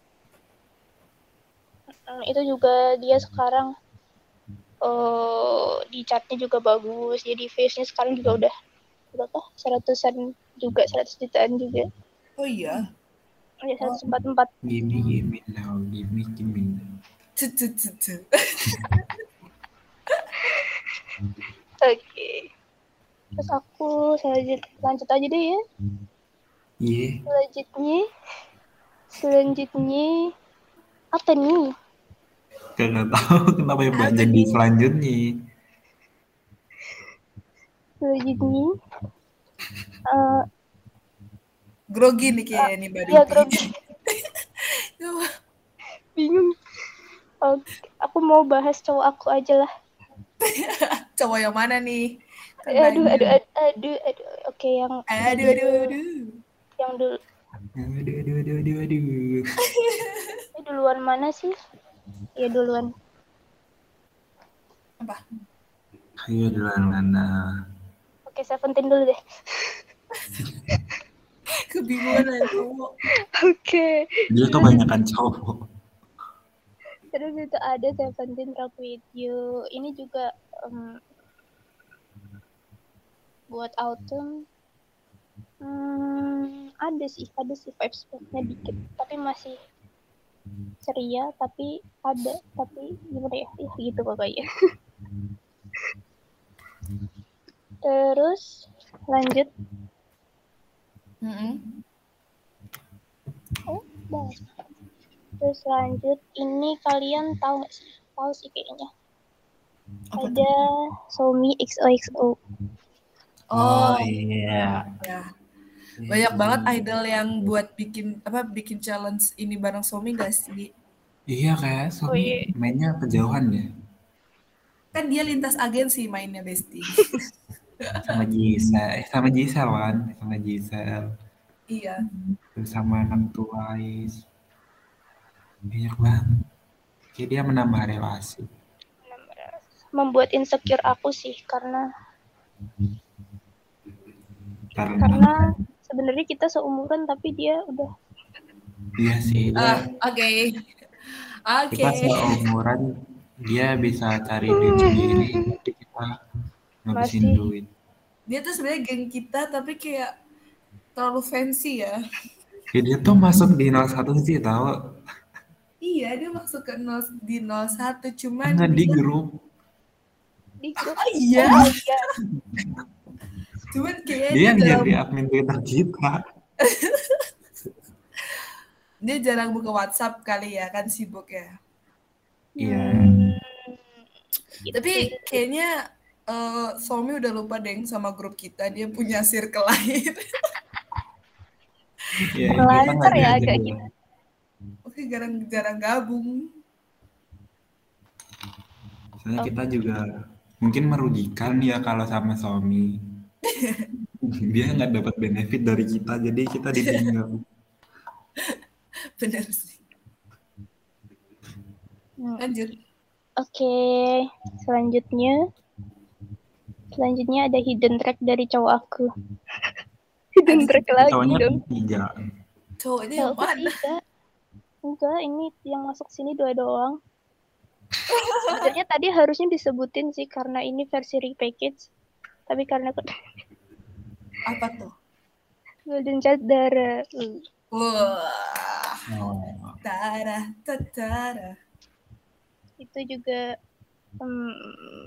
D: Hmm, itu juga dia sekarang uh, di chartnya juga bagus. Jadi face-nya sekarang juga udah berapa? Seratusan juga, seratus jutaan juga.
B: Oh iya.
D: Ya, seratus empat puluh empat.
C: Gimme, gimme now, gimme, gimme now.
B: Cu, cu, cu, cu.
D: Oke. Terus aku selanjut, lanjut aja deh ya.
C: Iya,
D: Selanjutnya, selanjutnya apa nih?
C: nggak tahu kenapa yang
B: Apa
C: banyak di
B: nih?
C: selanjutnya.
D: Selanjutnya, uh,
B: Grogi nih kayaknya nih Mbak
D: ya
B: Rimpi.
D: grogi. Bingung. Oke, aku mau bahas cowok aku aja lah.
B: Cowok yang mana nih? Kan
D: Aduh,
B: banyak.
D: aduh, aduh, aduh, aduh. Oke, yang
B: Aduh, aduh, aduh.
D: yang dulu.
C: Aduh, aduh, aduh, aduh, aduh.
D: Ini duluan mana sih? Ya duluan.
B: Apa?
C: Ayo duluan mana?
D: Oke, Seventeen dulu deh.
B: Kebingungan ya cowok.
D: Oke.
C: Dia kebanyakan cowok.
D: Terus itu ada Seventeen Rock With You. Ini juga um, buat autumn. Hmm, ada sih, ada sih vibes-nya dikit. Tapi masih ceria, tapi ada. Tapi gimana ya? Ya gitu pokoknya. Terus lanjut.
B: Mm-mm.
D: Oh, bahas. Terus lanjut. Ini kalian tahu nggak sih? Tahu sih kayaknya.
B: Apa tuh?
D: Ada Somi X O X O.
B: Oh,
C: iya.
B: ya. Banyak banget idol yang buat bikin apa bikin challenge ini bareng Somi gak sih?
C: Iya kayak
D: Oh,
C: Somi
D: iya.
C: mainnya kejauhan ya.
B: Kan dia lintas agensi mainnya Besti.
C: Sama Gisel, eh, sama Gisel kan, sama Gisel.
B: Iya.
C: Terus sama Nang Twice. Banyak banget. Kayak dia menambah relasi.
D: Membuat insecure aku sih karena
C: Karena,
D: karena sebenarnya kita seumuran tapi dia udah
C: iya sih,
B: Ah,
C: dia,
B: oke. Oke.
C: kita seumuran, dia bisa cari duit sendiri, tapi kita ngabisin
D: Masih.
C: duit.
B: Dia tuh sebenarnya geng kita tapi kayak terlalu fancy ya.
C: Ya, dia tuh masuk di nol satu sih tahu.
B: Iya, dia masuk ke nol, di nol satu cuman
C: Enggak di
B: dia
C: grup.
D: di grup.
B: oh iya.
D: Oh, iya.
B: Cuman kayaknya
C: Dia
B: dia
C: yang
B: jarang,
C: jadi admin Twitter kita.
B: dia jarang buka WhatsApp kali ya, kan sibuk ya.
C: Iya.
D: Hmm, gitu.
B: Tapi kayaknya uh, Somi udah lupa deng sama grup kita, dia punya circle lain.
C: Ya, kita
D: Terlantar
C: nggak
D: ya
C: diajak
D: agak
C: ya.
D: gitu.
B: Oke, jarang jarang gabung.
C: Soalnya kita juga mungkin merugikan ya kalau sama Somi. Dia nggak dapat benefit dari kita, jadi kita ditinggal.
B: Bener sih.
D: Hmm.
B: Lanjut.
D: Oke, selanjutnya selanjutnya ada hidden track dari cowok aku. Hidden
B: Ada
D: track
C: Tapi
D: lagi
C: cowoknya
D: dong.
C: tiga.
B: Cowoknya yang
D: Cowokku
B: mana?
D: tiga. Enggak, ini yang masuk sini dua doang. Sebenarnya tadi harusnya disebutin sih karena ini versi repackage. Tapi karena
B: Apa tuh?
D: Golden Child Dara. Hmm.
B: Wah,
C: Oh.
B: tara, tatara.
D: Itu juga hmm,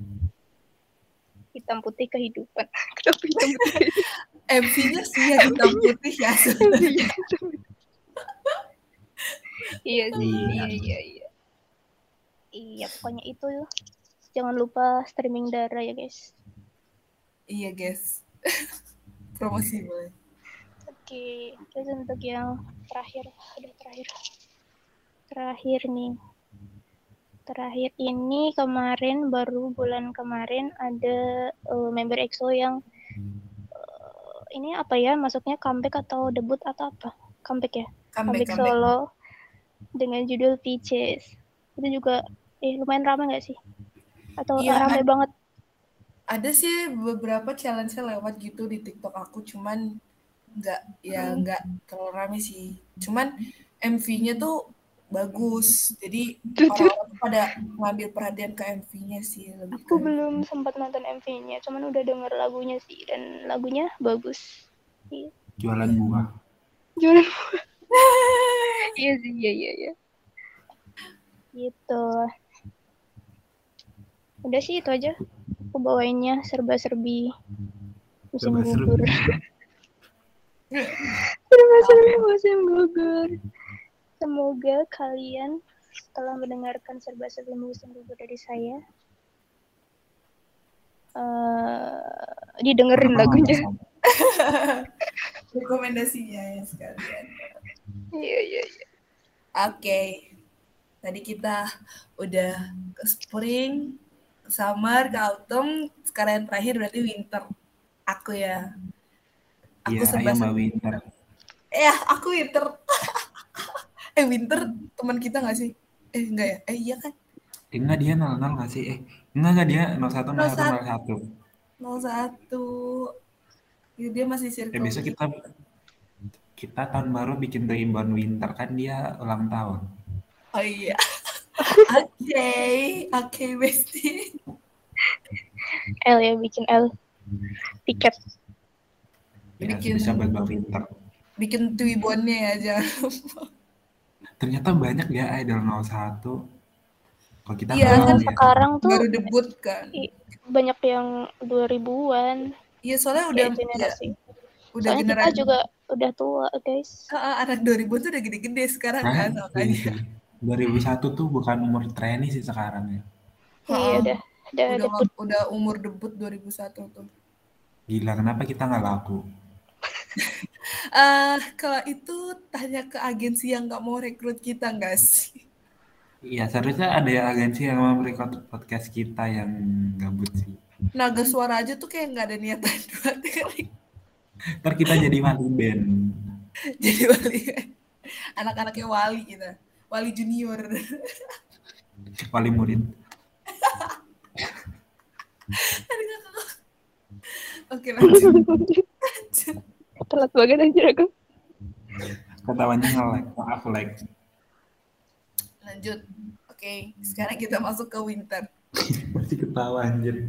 D: hitam putih kehidupan. Kenapa hitam putih kehidupan?
B: M V-nya sih yang hitam putih ya sebenarnya.
D: Iya sih,
C: Iya.
D: iya, iya, iya. Iya, pokoknya itu. Jangan lupa streaming Dara ya, guys.
B: Iya guys, promosi boleh.
D: Oke, terus untuk yang terakhir, udah terakhir. Terakhir nih. Terakhir ini kemarin, baru bulan kemarin ada uh, member E X O yang uh, ini apa ya, masuknya comeback atau debut atau apa? Comeback ya?
B: Comeback,
D: Comeback
B: comeback.
D: solo dengan judul Peaches. Itu juga eh lumayan ramai nggak sih? Atau
B: Iya,
D: uh, ramai
B: ad-
D: banget?
B: ada sih beberapa challenge-nya lewat gitu di TikTok aku, cuman nggak ya
D: Hmm.
B: nggak terlalu rame sih. Cuman M V-nya tuh bagus, jadi
D: Jujur,
B: orang-orang tuh pada ngambil perhatian ke M V-nya sih lebih
D: aku
B: ke.
D: belum sempat nonton M V-nya, cuman udah denger lagunya sih, dan lagunya bagus. Iya.
C: Jualan buah.
D: Jualan. Iya sih, iya, iya, iya. Gitu. Udah sih itu aja. Aku bawainnya serba-serbi musim
C: Serba-serbi.
D: gugur. Serba-serbi musim gugur. Semoga kalian setelah mendengarkan serba-serbi musim gugur dari saya, uh, didengerin
C: Kenapa nggak
D: lagunya.
C: masuk?
B: Rekomendasinya ya sekalian.
D: Iya, iya, iya.
B: Oke, tadi kita udah ke spring, ke summer, ke autumn, sekarang yang terakhir berarti winter. Aku ya, aku
C: Iya, ayo
B: serba
C: Mbak Winter.
B: Eh, aku winter. eh, winter teman kita nggak sih? Eh, enggak ya? Eh, iya kan?
C: Eh, enggak dia nol nol nggak sih? Eh, enggak enggak dia nol satu nol satu nol satu.
B: nol satu. Dia masih
C: Eh,
B: circle
C: besok kita kita tahun baru bikin rebound winter kan dia ulang tahun.
B: Oh iya. Oke, oke bestie.
D: L ya, bikin L. Tiket.
C: Ya,
B: Bikin-
C: bisa buat Mbak Winter.
B: Bikin Twibbonnya ya, jangan lupa.
C: Ternyata banyak ya idol nol satu. Kalau kita
B: Iya,
C: nggak
B: kan
C: tahu ya.
D: Sekarang tuh
B: Baru debut kan.
D: i- banyak yang dua ribuan.
B: Iya, soalnya udah
D: Kayak generasi.
B: ya, udah
D: Soalnya kita
B: generasi.
D: juga udah tua, guys.
B: Ah, ah, anak dua ribu tuh udah gede-gede sekarang
C: Nah,
B: kan,
C: iya
B: makanya.
C: sih. dua ribu satu tuh bukan umur trainee sih sekarang ya.
D: Iya,
B: Ha-ha.
D: udah udah
B: Udah
D: debut.
B: udah umur debut dua ribu satu tuh.
C: Gila, kenapa kita nggak laku?
B: Eh, kalau itu tanya ke agensi yang nggak mau rekrut kita nggak sih?
C: Iya, seharusnya ada ya agensi yang mau record podcast kita yang gabut sih.
B: Naga Suara aja tuh kayak nggak ada niatan buat
C: Ntar kita jadi wali band.
B: jadi wali. Anak-anaknya wali kita. Wali junior.
C: Wali murid.
B: Oke, lanjut.
D: Telat banget anjir aku.
C: Ketawanya nge-like. Maaf like.
B: Lanjut. Oke, sekarang kita masuk ke winter.
C: Masih ketawa anjir.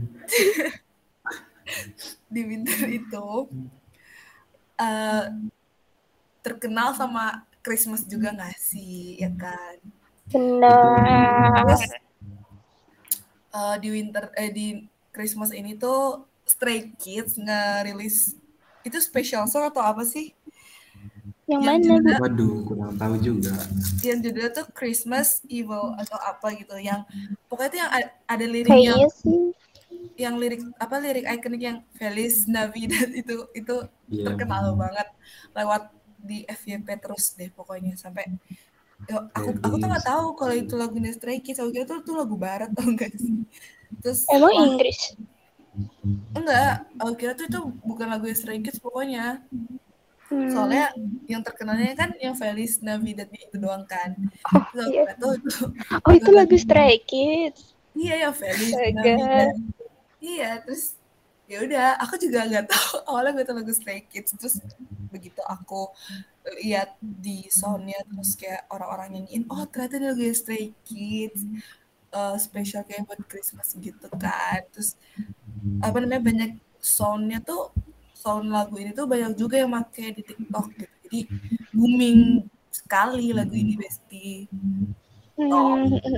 B: Di winter itu uh, terkenal sama Christmas juga nggak sih, ya kan?
D: Benar.
B: Terus uh, di winter eh di Christmas ini tuh Stray Kids ngerilis itu special song atau apa sih?
D: Yang
B: Yang
D: mana?
B: judulnya,
C: Waduh, kurang tahu juga.
B: yang judulnya tuh Christmas Evil atau apa gitu. Yang pokoknya tuh yang a- ada lirik
D: Kayak
B: yang
D: iya sih.
B: yang lirik apa lirik ikonik yang Feliz Navidad itu itu
C: Iya.
B: terkenal banget lewat di F Y P terus deh pokoknya sampai yo, aku aku tuh nggak tahu kalau itu lagunya Stray Kids, aku kira tuh tuh lagu barat tau nggak sih? Terus
D: Emang
B: wah,
D: Inggris?
B: enggak, aku kira tuh itu bukan lagu Stray Kids pokoknya.
D: Hmm.
B: Soalnya yang terkenalnya kan yang Feliz Navidad itu doang kan.
D: Oh,
B: Terus aku
D: iya.
B: kira tuh itu
D: Oh, itu lagu Stray Kids.
B: iya yang Feliz
D: Astaga.
B: Navidad. Iya, terus ya udah, aku juga nggak tahu awalnya gue tahu lagu Stray Kids, terus begitu aku lihat di soundnya terus kayak orang-orang nyanyiin, oh ternyata ini lagu Stray Kids, uh, spesial kayak buat Christmas gitu kan, terus apa namanya banyak soundnya tuh sound lagu ini tuh banyak juga yang pakai di TikTok gitu. Jadi booming sekali lagu ini Besti. Oh.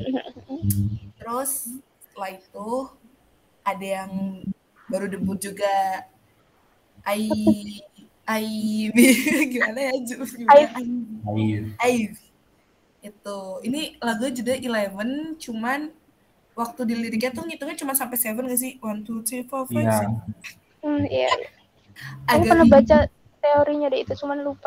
B: Terus setelah itu ada yang baru debut juga. I I gimana ya Ju? Gimana?
C: Aif.
B: Aif. Itu. Ini lagu judul Eleven, cuman waktu di liriknya tuh ngitungnya cuma sampai seven gak sih? One, two, three, four, five,
C: Iya.
B: six.
D: Hmm, iya. Aku
B: Agak
D: pernah
B: bingung.
D: baca teorinya deh itu, cuman lupa.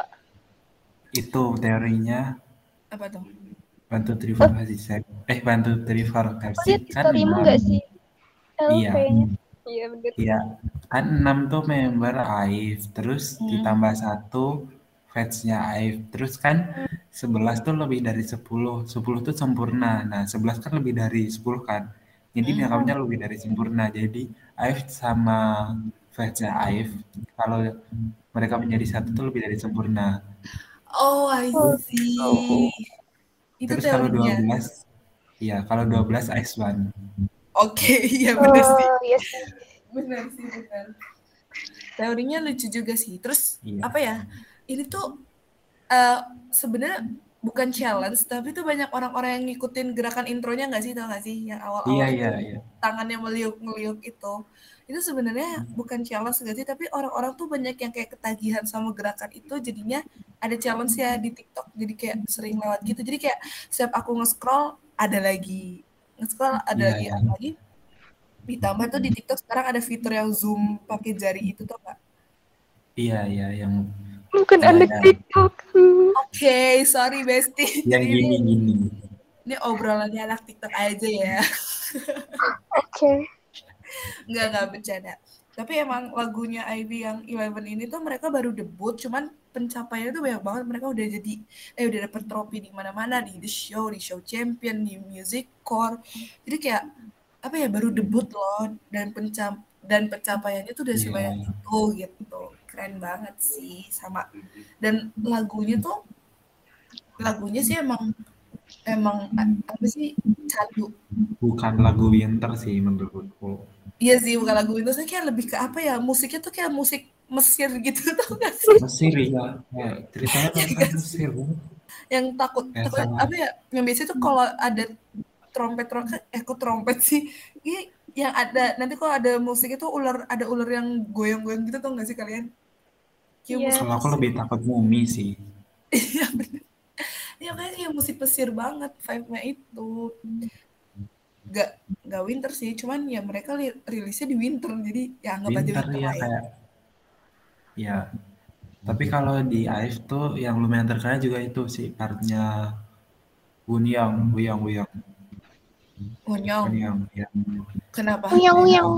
C: Itu teorinya
B: Apa tuh?
C: one, two, three, four, five, six, seven. Eh, one, two, three, four, five,
D: Aku
C: six.
D: lihat
C: Kan
D: storymu
C: enam.
D: nggak sih? L
C: Iya.
D: kayaknya. Iya bener.
C: Iya. Kan enam tuh member Aif. Terus
B: Hmm.
C: ditambah satu fansnya Aif. Terus kan sebelas tuh lebih dari sepuluh. sepuluh tuh sempurna. Nah, sebelas kan lebih dari sepuluh kan. Jadi
B: Hmm.
C: dianggapnya lebih dari sempurna. Jadi Aif sama fansnya Aif, kalau mereka menjadi satu tuh lebih dari sempurna.
B: Oh, I see. Itu
C: Terus kalau dua
B: teorinya.
C: belas, iya, kalau dua belas Ice One.
B: Oke, iya benar sih.
D: Oh iya sih.
B: Benar sih, benar. Teorinya lucu juga sih. Terus
C: Iya.
B: apa ya? Ini tuh uh, sebenarnya bukan challenge, tapi tuh banyak orang-orang yang ngikutin gerakan intronya nggak sih, tau nggak sih? Yang
C: Iya,
B: awal-awal
C: iya,
B: itu
C: iya.
B: tangannya meliuk-meliuk itu. Itu sebenarnya bukan challenge nggak sih, tapi orang-orang tuh banyak yang kayak ketagihan sama gerakan itu, jadinya ada challenge ya di TikTok, jadi kayak sering lewat gitu. Jadi kayak setiap aku nge-scroll ada lagi, nge-scroll ada
C: Iya,
B: lagi,
C: iya.
B: ada lagi. Ditambah tuh di TikTok sekarang ada fitur yang zoom pakai jari itu tuh nggak?
C: Iya, iya, yang
D: Bukan
C: iya,
D: anak
C: iya.
D: TikTok.
B: Oke, sorry Besti.
C: Yang
B: Jadi ini
C: gini-gini.
B: ini obrolannya anak TikTok aja ya.
D: Oke.
B: Nggak, nggak bercanda. Tapi emang lagunya Ivy yang Eleven ini tuh mereka baru debut, cuman pencapaiannya tuh banyak banget. Mereka udah jadi, eh udah dapet trofi di mana-mana, di The Show, di Show Champion, di Music Core. Jadi kayak apa ya, baru debut loh, dan pencap dan pencapaiannya tuh udah
C: Iya.
B: sebanyak itu gitu. Keren banget sih sama. Dan lagunya tuh lagunya sih emang emang apa sih candu.
C: Bukan lagu winter sih menurutku.
B: Iya sih, bukan lagu Windows, kayak lebih ke apa ya, musiknya tuh kayak musik Mesir gitu, tau gak sih?
C: Mesir ya, kayak ceritanya kan kan Mesir banget.
B: Yang takut,
C: Kayak
B: takut
C: sama.
B: apa ya, yang biasanya tuh kalau ada trompet-trompet, eh kok trompet sih? Ini yang ada, nanti kalau ada musik itu ular, ada ular yang goyang-goyang gitu, tau gak sih kalian? Kayak
D: Iya.
B: musik
C: Kalau aku
B: Mesir.
C: lebih takut mumi sih.
B: Iya bener. Iya kayak kayak musik Mesir banget vibe-nya itu. Gak, gak winter sih, cuman ya mereka li- rilisnya di winter, jadi ya anggap aja
C: Winter
B: winter
C: ya
B: lah ya.
C: kayak, ya. Tapi kalau di Aif tuh yang lumayan terkenal juga itu sih partnya Wunyang, Wuyang, Wuyang,
B: Wonyong,
C: Wunyang, yang
B: kenapa?
D: Uyang uyang.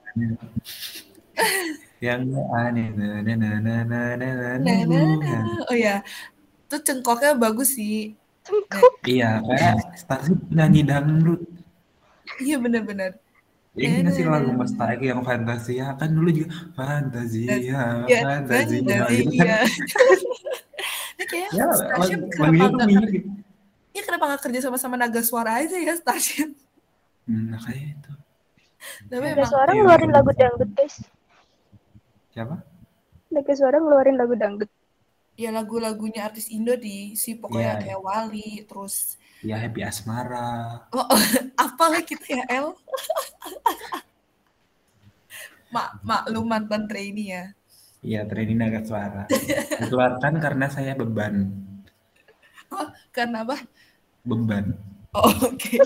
C: yang aneh, na na na na na na na
B: Nah, nah,
C: bukan.
B: nah. Oh ya, tuh cengkoknya bagus sih.
D: Cengkok.
C: Iya, kayak Starship nyanyi dangdut.
B: Iya benar-benar.
C: Ini nggak sih lagu Mas Taek yang Fantasia kan dulu juga Fantasia,
B: Ya,
C: Fantasia
B: Fantasia.
C: gitu kan?
B: Ini kayak
C: Ya
B: Starship
C: lagu-
B: kenapa
C: lagunya tuh
B: nggak
C: mirip.
B: kerja? Ya kenapa nggak kerja sama sama Naga Suara aja ya Starship?
C: Hmm, nah kayak itu.
B: Tapi
D: Naga
B: emang
D: Suara
C: Iya,
D: ngeluarin
C: iya.
D: lagu dangdut guys.
C: Siapa?
D: Naga Suara ngeluarin lagu dangdut.
B: ya lagu-lagunya artis Indo di si pokoknya
C: Iya,
B: kayak Wali, terus
C: ya Happy Asmara.
B: oh, apalah kita ya El. Mak maklum mantan trainee ya.
C: Iya, training Naga Suara. Dikeluarkan karena saya beban.
B: Oh, karena apa?
C: Beban.
B: Oh, oke.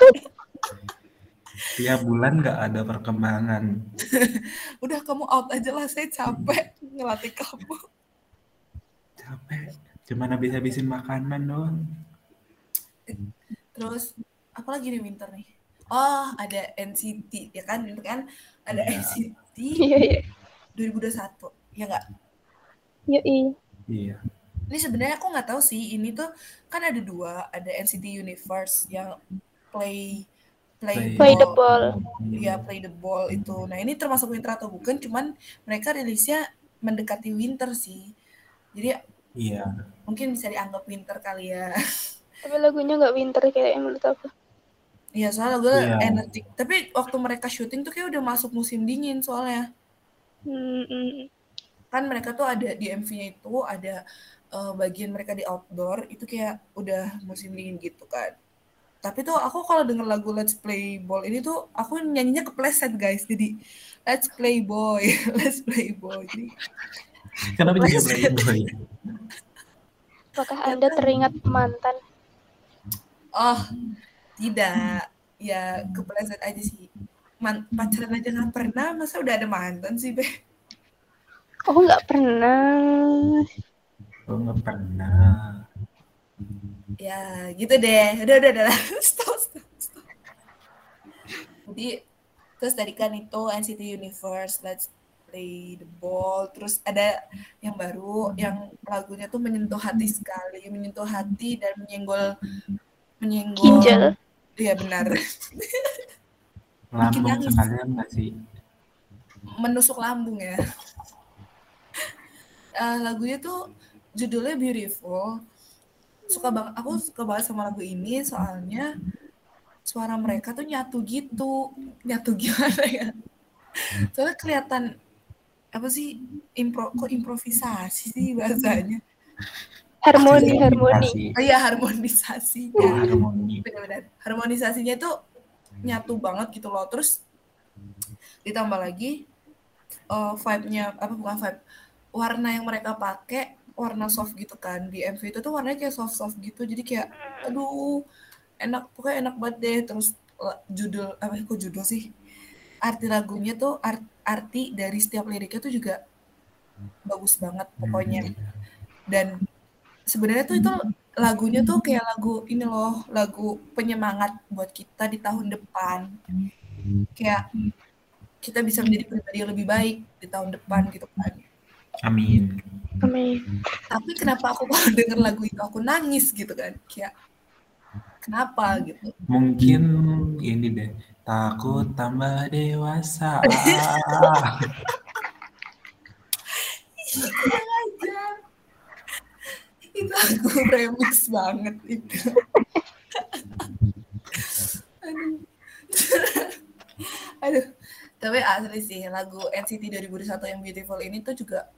C: Tiap bulan nggak ada perkembangan.
B: Udah kamu out aja lah, saya capek ngelatih kamu.
C: Capek. Cuman habis-habisin makanan doang.
B: Terus apalagi di winter nih? Oh, ada N C T ya kan? Itu kan ada
C: Iya.
B: N C T
D: Iya iya.
B: dua ribu dua puluh satu. Ya enggak?
D: Yoi.
C: Iya.
B: Ini sebenarnya aku nggak tahu sih, ini tuh kan ada dua, ada N C T Universe yang play play,
D: Play the ball.
B: ya play the ball itu. Nah ini termasuk winter atau bukan? Cuman mereka rilisnya mendekati winter sih. Jadi
C: Iya.
B: mungkin bisa dianggap winter kali ya.
D: Tapi lagunya nggak winter kayak yang menurut aku.
B: Iya soalnya gue
C: Iya.
B: energik. Tapi waktu mereka syuting tuh kayak udah masuk musim dingin soalnya.
D: Hmm, hmm.
B: kan mereka tuh ada di M V-nya itu ada uh, bagian mereka di outdoor itu kayak udah musim dingin gitu kan. Tapi tuh aku kalau denger lagu Let's Play Ball ini tuh aku nyanyinya kepleset guys. Jadi Let's Play Boy, Let's Play Boy. Jadi
C: Kenapa jadi
B: kepleset.
C: playboy?
D: Apakah Anda teringat mantan?
B: Oh, tidak. Ya kepleset aja sih. Man- pacaran aja nggak pernah, masa udah ada mantan sih, Be?
D: Oh, nggak pernah.
C: Oh, nggak pernah.
B: Ya, gitu deh. Udah, udah, udah. Stop, stop, stop. Jadi, terus tadi kan itu N C T Universe, Let's Play the Ball. Terus ada yang baru, yang lagunya tuh menyentuh hati sekali. Menyentuh hati dan menyenggol... menyenggol
D: Ginjal.
B: Iya, benar.
C: Lambung
B: nangis.
C: sekalian nggak sih?
B: Menusuk lambung ya. Uh, lagunya tuh judulnya Beautiful. Suka banget, aku suka banget sama lagu ini soalnya suara mereka tuh nyatu gitu, nyatu gimana ya? Soalnya kelihatan apa sih impro, kok improvisasi sih bahasanya?
D: Harmoni, harmoni.
B: Oh iya harmonisasinya.
C: Oh, harmoni.
B: Benar-benar harmonisasinya tuh nyatu banget gitu loh. Terus ditambah lagi uh, vibe-nya apa bukan vibe, warna yang mereka pakai warna soft gitu kan. Di M V itu tuh warnanya kayak soft-soft gitu. Jadi kayak aduh, enak pokoknya enak banget deh. Terus judul apa kok judul sih? Arti lagunya tuh art, arti dari setiap liriknya tuh juga bagus banget pokoknya. Dan sebenarnya tuh itu lagunya tuh kayak lagu ini loh, lagu penyemangat buat kita di tahun depan. Kayak kita bisa menjadi pribadi yang lebih baik di tahun depan gitu kan.
C: Amin.
D: Amin.
B: Tapi kenapa aku kalau denger lagu itu aku nangis gitu kan? Kayak kenapa gitu?
C: Mungkin ini deh, takut tambah dewasa.
B: Kurang aja. Itu lagu remix banget itu. Aduh. Aduh. Tapi asli sih lagu N C T dua ribu dua puluh satu yang Beautiful ini tuh juga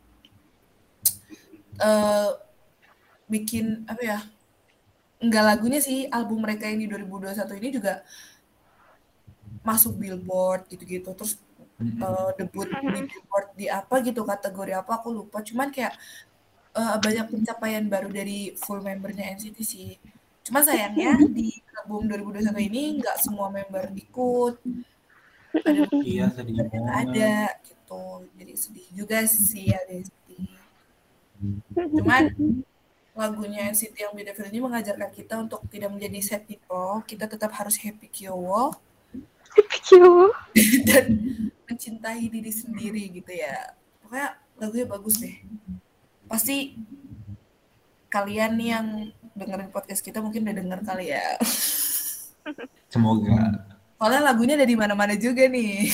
B: uh, bikin apa ya? Enggak lagunya sih, album mereka yang di dua ribu dua puluh satu ini juga masuk Billboard gitu-gitu. Terus uh, debut di Billboard di apa gitu, kategori apa aku lupa. Cuman kayak uh, banyak pencapaian baru dari full membernya N C T sih. Cuma sayangnya di album dua ribu dua puluh satu ini nggak semua member ikut. Ada
C: Iya, sedih
B: yang
C: banget.
B: ada gitu. Jadi sedih juga sih ya sedih. Cuman lagunya N C T yang Beautiful ini mengajarkan kita untuk tidak menjadi sad people. Kita tetap harus happy kyowo.
D: Happy kyowo.
B: Dan mencintai diri sendiri gitu ya. Pokoknya lagunya bagus deh. Pasti kalian nih yang dengerin podcast kita mungkin udah denger kali ya.
C: Semoga.
B: Soalnya lagunya ada di mana-mana juga nih.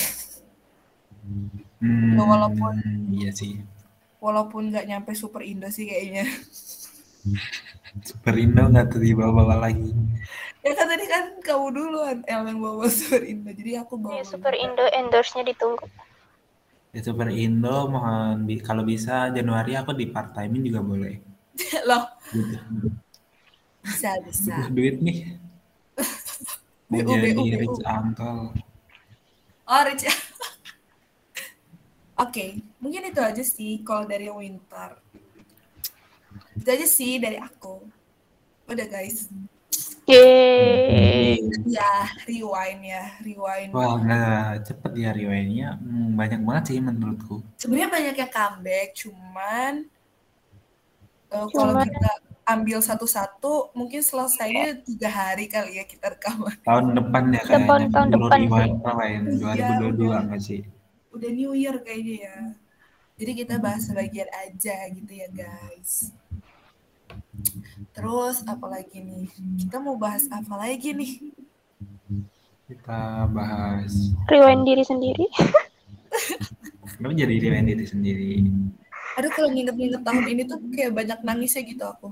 C: Hmm,
B: walaupun
C: iya sih.
B: Walaupun nggak nyampe Super Indo sih kayaknya.
C: Super Indo nggak tuh dibawa-bawa lagi.
B: Ya kan tadi kan kamu duluan El yang bawa Super Indo, jadi aku bawa.
D: Ya, Super Indo endorse-nya ditunggu.
C: Ya Super Indo mohon bi- kalau bisa Januari aku di part time juga boleh.
B: Loh.
C: Gitu.
B: Bisa bisa.
C: Butuh duit nih. Mau jadi rich uncle.
B: Oh rich. Oke, okay. Mungkin itu aja sih kalau dari Winter. Itu aja sih dari aku. Udah guys.
D: Yeay.
B: Ya, rewind ya, rewind.
C: Wah, nggak cepet ya rewindnya. Hmm, banyak banget sih menurutku.
B: Sebenarnya banyak yang comeback, cuman uh, kalau kita ambil satu-satu, mungkin selesainya tiga hari kali ya kita rekaman.
C: Tahun depan ya kayaknya.
D: Tahun, tahun depan
C: rewind lain dua ribu dua puluh dua
B: ya,
C: nggak sih?
B: Udah New Year kayaknya ya. Jadi kita bahas sebagian aja gitu ya guys. Terus apalagi nih? Kita mau bahas apa lagi nih?
C: Kita bahas
D: rewind diri sendiri.
C: Kenapa jadi rewind diri sendiri?
B: Aduh kalau nginget-nginget tahun ini tuh kayak banyak nangisnya gitu aku.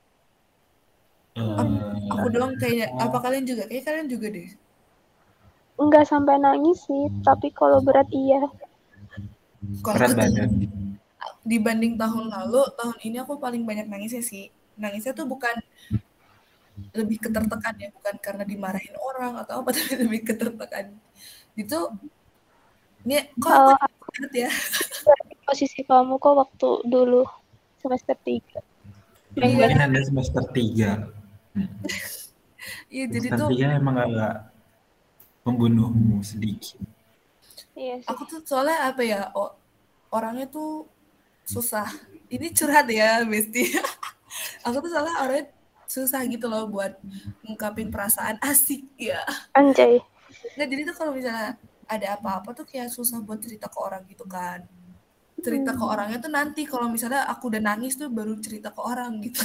C: Uh,
B: aku doang kayaknya. Apa kalian juga? Kayak kalian juga deh.
D: Enggak sampai nangis sih, tapi kalau berat iya.
C: Berat badan.
B: dibanding tahun lalu, tahun ini aku paling banyak nangisnya sih. Nangisnya tuh bukan lebih ketertekan ya, bukan karena dimarahin orang atau apa, tapi lebih ketertekan. Itu, ini kok aku
D: Kalau
B: banget ya.
D: posisi kamu kok waktu dulu semester tiga.
C: Ya, mungkin Anda semester tiga. Hmm.
B: Iya, jadi
C: Semester
B: tuh
C: tiga emang agak membunuhmu sedikit.
D: Iya sih.
B: aku tuh soalnya apa ya, o- orangnya tuh susah. Ini curhat ya, Besti. Aku tuh soalnya orangnya susah gitu loh buat ngungkapin perasaan asik ya.
D: Anjay.
B: Nggak, jadi tuh kalau misalnya ada apa-apa tuh kayak susah buat cerita ke orang gitu kan. Cerita ke orangnya tuh nanti kalau misalnya aku udah nangis tuh baru cerita ke orang gitu.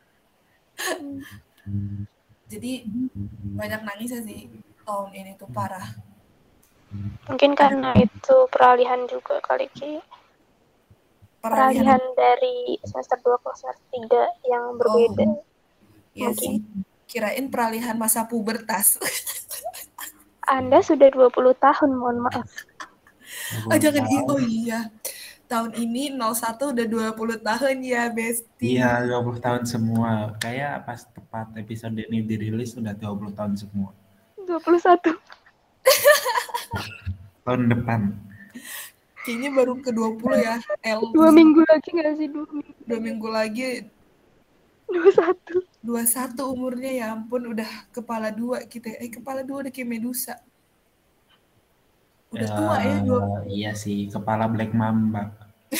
B: Jadi banyak nangisnya sih tahun ini tuh parah.
D: Mungkin karena itu peralihan juga kali Ki.
B: Peralihan,
D: Peralihan dari semester dua ke semester tiga yang berbeda.
B: ya
D: Mungkin.
B: sih. Kirain peralihan masa pubertas.
D: Anda sudah dua puluh tahun, mohon maaf.
B: Oh jangan, i- oh iya. Tahun ini nol satu udah dua puluh tahun ya, Besti.
C: Iya, dua puluh tahun semua. Kayak pas tepat episode ini dirilis udah dua puluh tahun semua.
D: dua puluh satu.
C: Tahun depan.
B: Kayaknya baru ke dua puluh ya. L.
D: Dua minggu lagi nggak sih? Dua minggu.
B: Dua minggu lagi
D: dua puluh satu.
B: dua puluh satu umurnya, ya ampun, udah kepala dua kita. Eh kepala dua udah kayak Medusa. Udah tua ya, dua.
C: Eh, iya sih, kepala Black Mamba.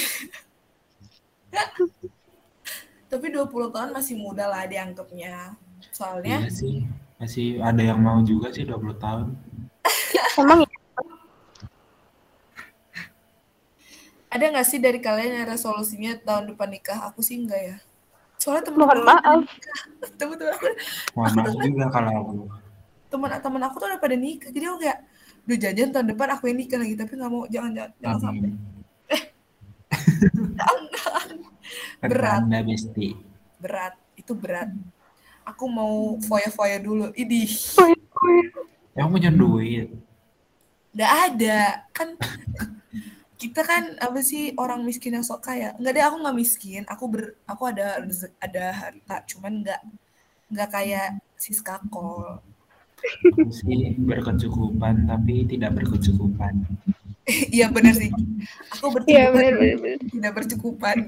B: Tapi dua puluh tahun masih muda lah dianggapnya. Soalnya
C: Iya sih, masih ada yang mau juga sih dua puluh tahun.
D: Emang ya?
B: ada nggak sih dari kalian yang resolusinya tahun depan nikah? Aku sih enggak ya. Soalnya temen
D: Mohon
B: aku
D: maaf.
B: temen-temen aku,
C: Mohon maaf juga kalau aku.
B: teman-teman aku tuh udah pada nikah. Jadi aku kayak, duh janjian tahun depan aku yang nikah lagi, tapi nggak mau, jangan jangan, jangan sampai.
C: Amin.
B: Jangan. Berat.
C: Anda Besti.
B: Berat, itu berat. Aku mau foya-foya dulu. Idih.
C: Yang punya duit.
B: Nggak ada. Kan kita kan apa sih, orang miskin yang sok kaya. Nggak deh, aku nggak miskin. Aku ber, aku ada rezek- ada harta, cuman nggak nggak kayak Siska Kol.
C: Aku sih berkecukupan tapi tidak berkecukupan.
B: Iya benar sih. Aku
D: Iya
B: bercukupan,
D: benar benar. benar.
B: tidak bercukupan.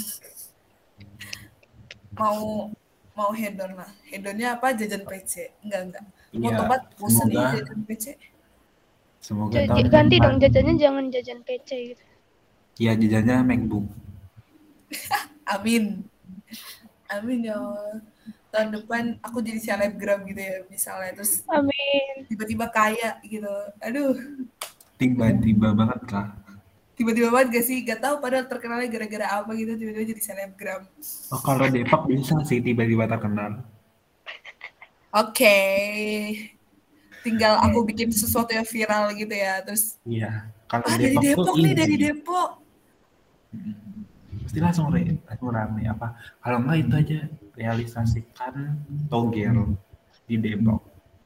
B: mau mau hedon lah. Hedonnya apa? Jajan P C. Enggak enggak. Mau
C: Iya,
B: tobat bosen nih
C: semoga
B: jajan P C.
C: semoga
D: Ja-
C: tahun
D: Ganti
C: depan.
D: dong jajannya, jangan jajan P C gitu.
C: Iya, jajannya MacBook.
B: Amin. Amin ya Allah. Tahun depan aku jadi selebgram gitu ya misalnya, terus
D: Amin.
B: tiba-tiba kaya gitu. Aduh,
C: Tiba-tiba banget kah?
B: tiba-tiba banget gak sih? Gak tahu padahal terkenalnya gara-gara apa gitu, tiba-tiba jadi selebgram.
C: Oh, kalau Depok bisa sih tiba-tiba terkenal.
B: Oke. Tinggal aku bikin sesuatu yang viral gitu ya, terus
C: Iya, kalau
B: ah dari
C: Depok tuh
B: Depok nih, dari
C: easy.
B: Depok.
C: Pasti langsung re- langsung rame apa? Kalau enggak itu aja realisasikan togel di Depok.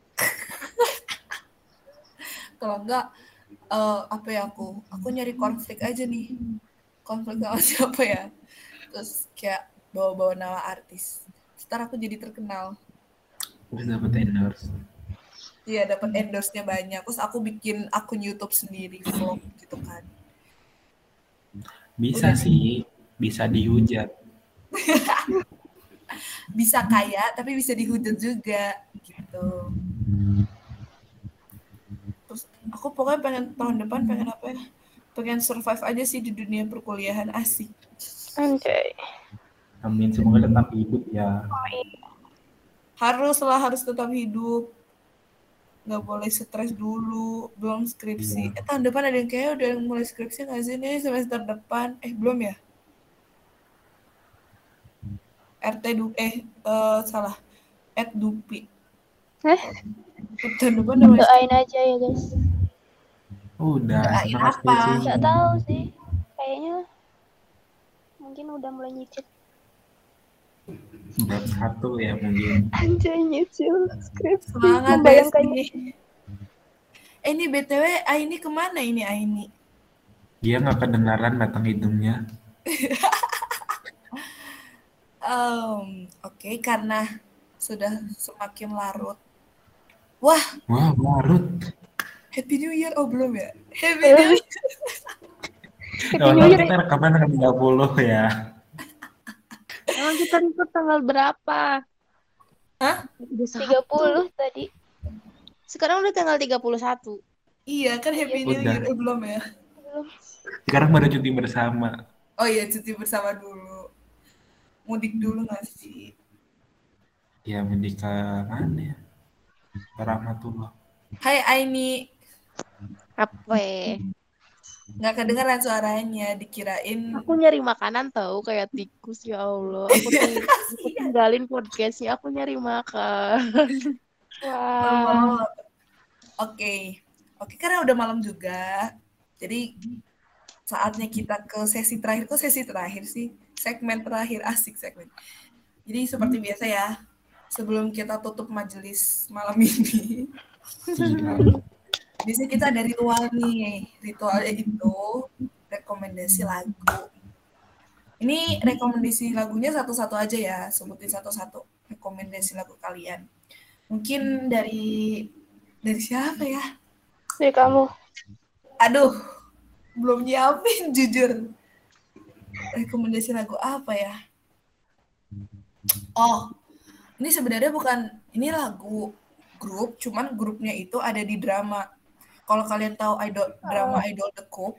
B: Kalau enggak eh, apa ya, aku aku nyari konflik aja nih, konflik sama siapa ya, terus kayak bawa-bawa nama artis, ntar aku jadi terkenal.
C: Terus dapat endorse.
B: Iya, dapat endorse-nya banyak, terus aku bikin akun YouTube sendiri, vlog gitu kan.
C: Bisa
B: Udah.
C: sih, bisa dihujat.
B: Bisa kaya tapi bisa dihujat juga gitu. Terus aku pokoknya pengen tahun depan pengen apa ya, pengen survive aja sih di dunia perkuliahan, asik.
D: Anjay.
C: Amin, semoga tetap hidup ya.
B: Harus lah, harus tetap hidup, nggak boleh stres dulu, belum skripsi.
C: Iya.
B: Eh tahun depan ada yang kayak udah mulai skripsi nggak sih nih semester depan? Eh belum ya? R T du eh eh, salah, at Dupi.
D: Eh,
B: Tahun depan udah mulai.
D: doain aja ya guys.
C: Udah,
B: Doain
C: semangat
B: apa?
C: sih.
D: Nggak tahu sih. Kayaknya mungkin udah mulai nyicil.
C: Bab satu ya mungkin.
D: Anjay, nyicil skripsi.
B: Semangat
D: Membayangkannya.
B: Besti. Eh ini B T W Aini kemana ini Aini?
C: Dia nggak kedengaran batang hidungnya.
B: Um, Oke, karena sudah semakin larut. Wah,
C: Wah, larut.
B: Happy New Year. Oh, belum ya? Happy New Year.
D: Happy New
C: Kalau
D: Year.
C: kita rekaman tanggal tiga puluh ya.
F: Emang kita record tanggal berapa?
B: Hah?
F: Udah
D: tiga puluh
F: satu.
D: tadi.
F: Sekarang udah tanggal tiga puluh satu.
B: Iya, kan Happy New
C: Udah.
B: Year. Eh, belum ya?
D: Belum.
C: Sekarang baru cuti bersama.
B: Oh iya, cuti bersama dulu. Mudik dulu nggak sih?
C: Ya, mudik ke mana ya? Ke Rahmatullah.
B: Hai Aini.
F: Apa ya?
B: Nggak kedengeran suaranya, dikirain.
F: Aku nyari makanan tahu kayak tikus, ya Allah. Aku ting- aku tinggalin podcastnya, aku nyari makan.
D: Wah.
B: Oh, Oke, oke karena udah malam juga, jadi saatnya kita ke sesi terakhir. Kok sesi terakhir sih? Segmen terakhir, asik segmen. Jadi seperti biasa ya, sebelum kita tutup majelis malam ini,
C: Gila.
B: biasanya kita ada ritual nih. Ritualnya itu rekomendasi lagu. Ini rekomendasi lagunya satu-satu aja ya, sebutin satu-satu rekomendasi lagu kalian. Mungkin dari dari siapa ya?
D: Dari kamu.
B: Aduh, belum nyiapin jujur. Rekomendasi lagu apa ya? Oh, ini sebenarnya bukan, ini lagu grup, cuman grupnya itu ada di drama. Kalau kalian tahu idol drama Idol The Coop,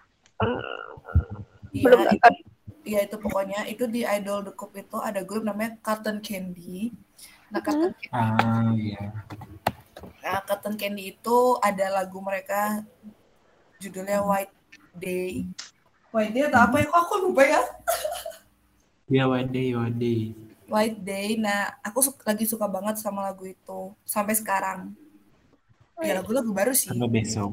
D: Belum
B: ya itu,
D: nonton.
B: ya itu pokoknya itu di Idol The Coop itu ada grup namanya Cotton Candy. Nah, Cotton Candy,
C: Ah, iya.
B: nah, Cotton Candy itu ada lagu mereka judulnya White Day. White Day atau apa ya? Kok aku lupa ya?
C: Ya, one day, one day.
B: White Day. Nah, aku su- lagi suka banget sama lagu itu sampai sekarang. Ya lagu-lagu baru sih.
C: Sampai besok.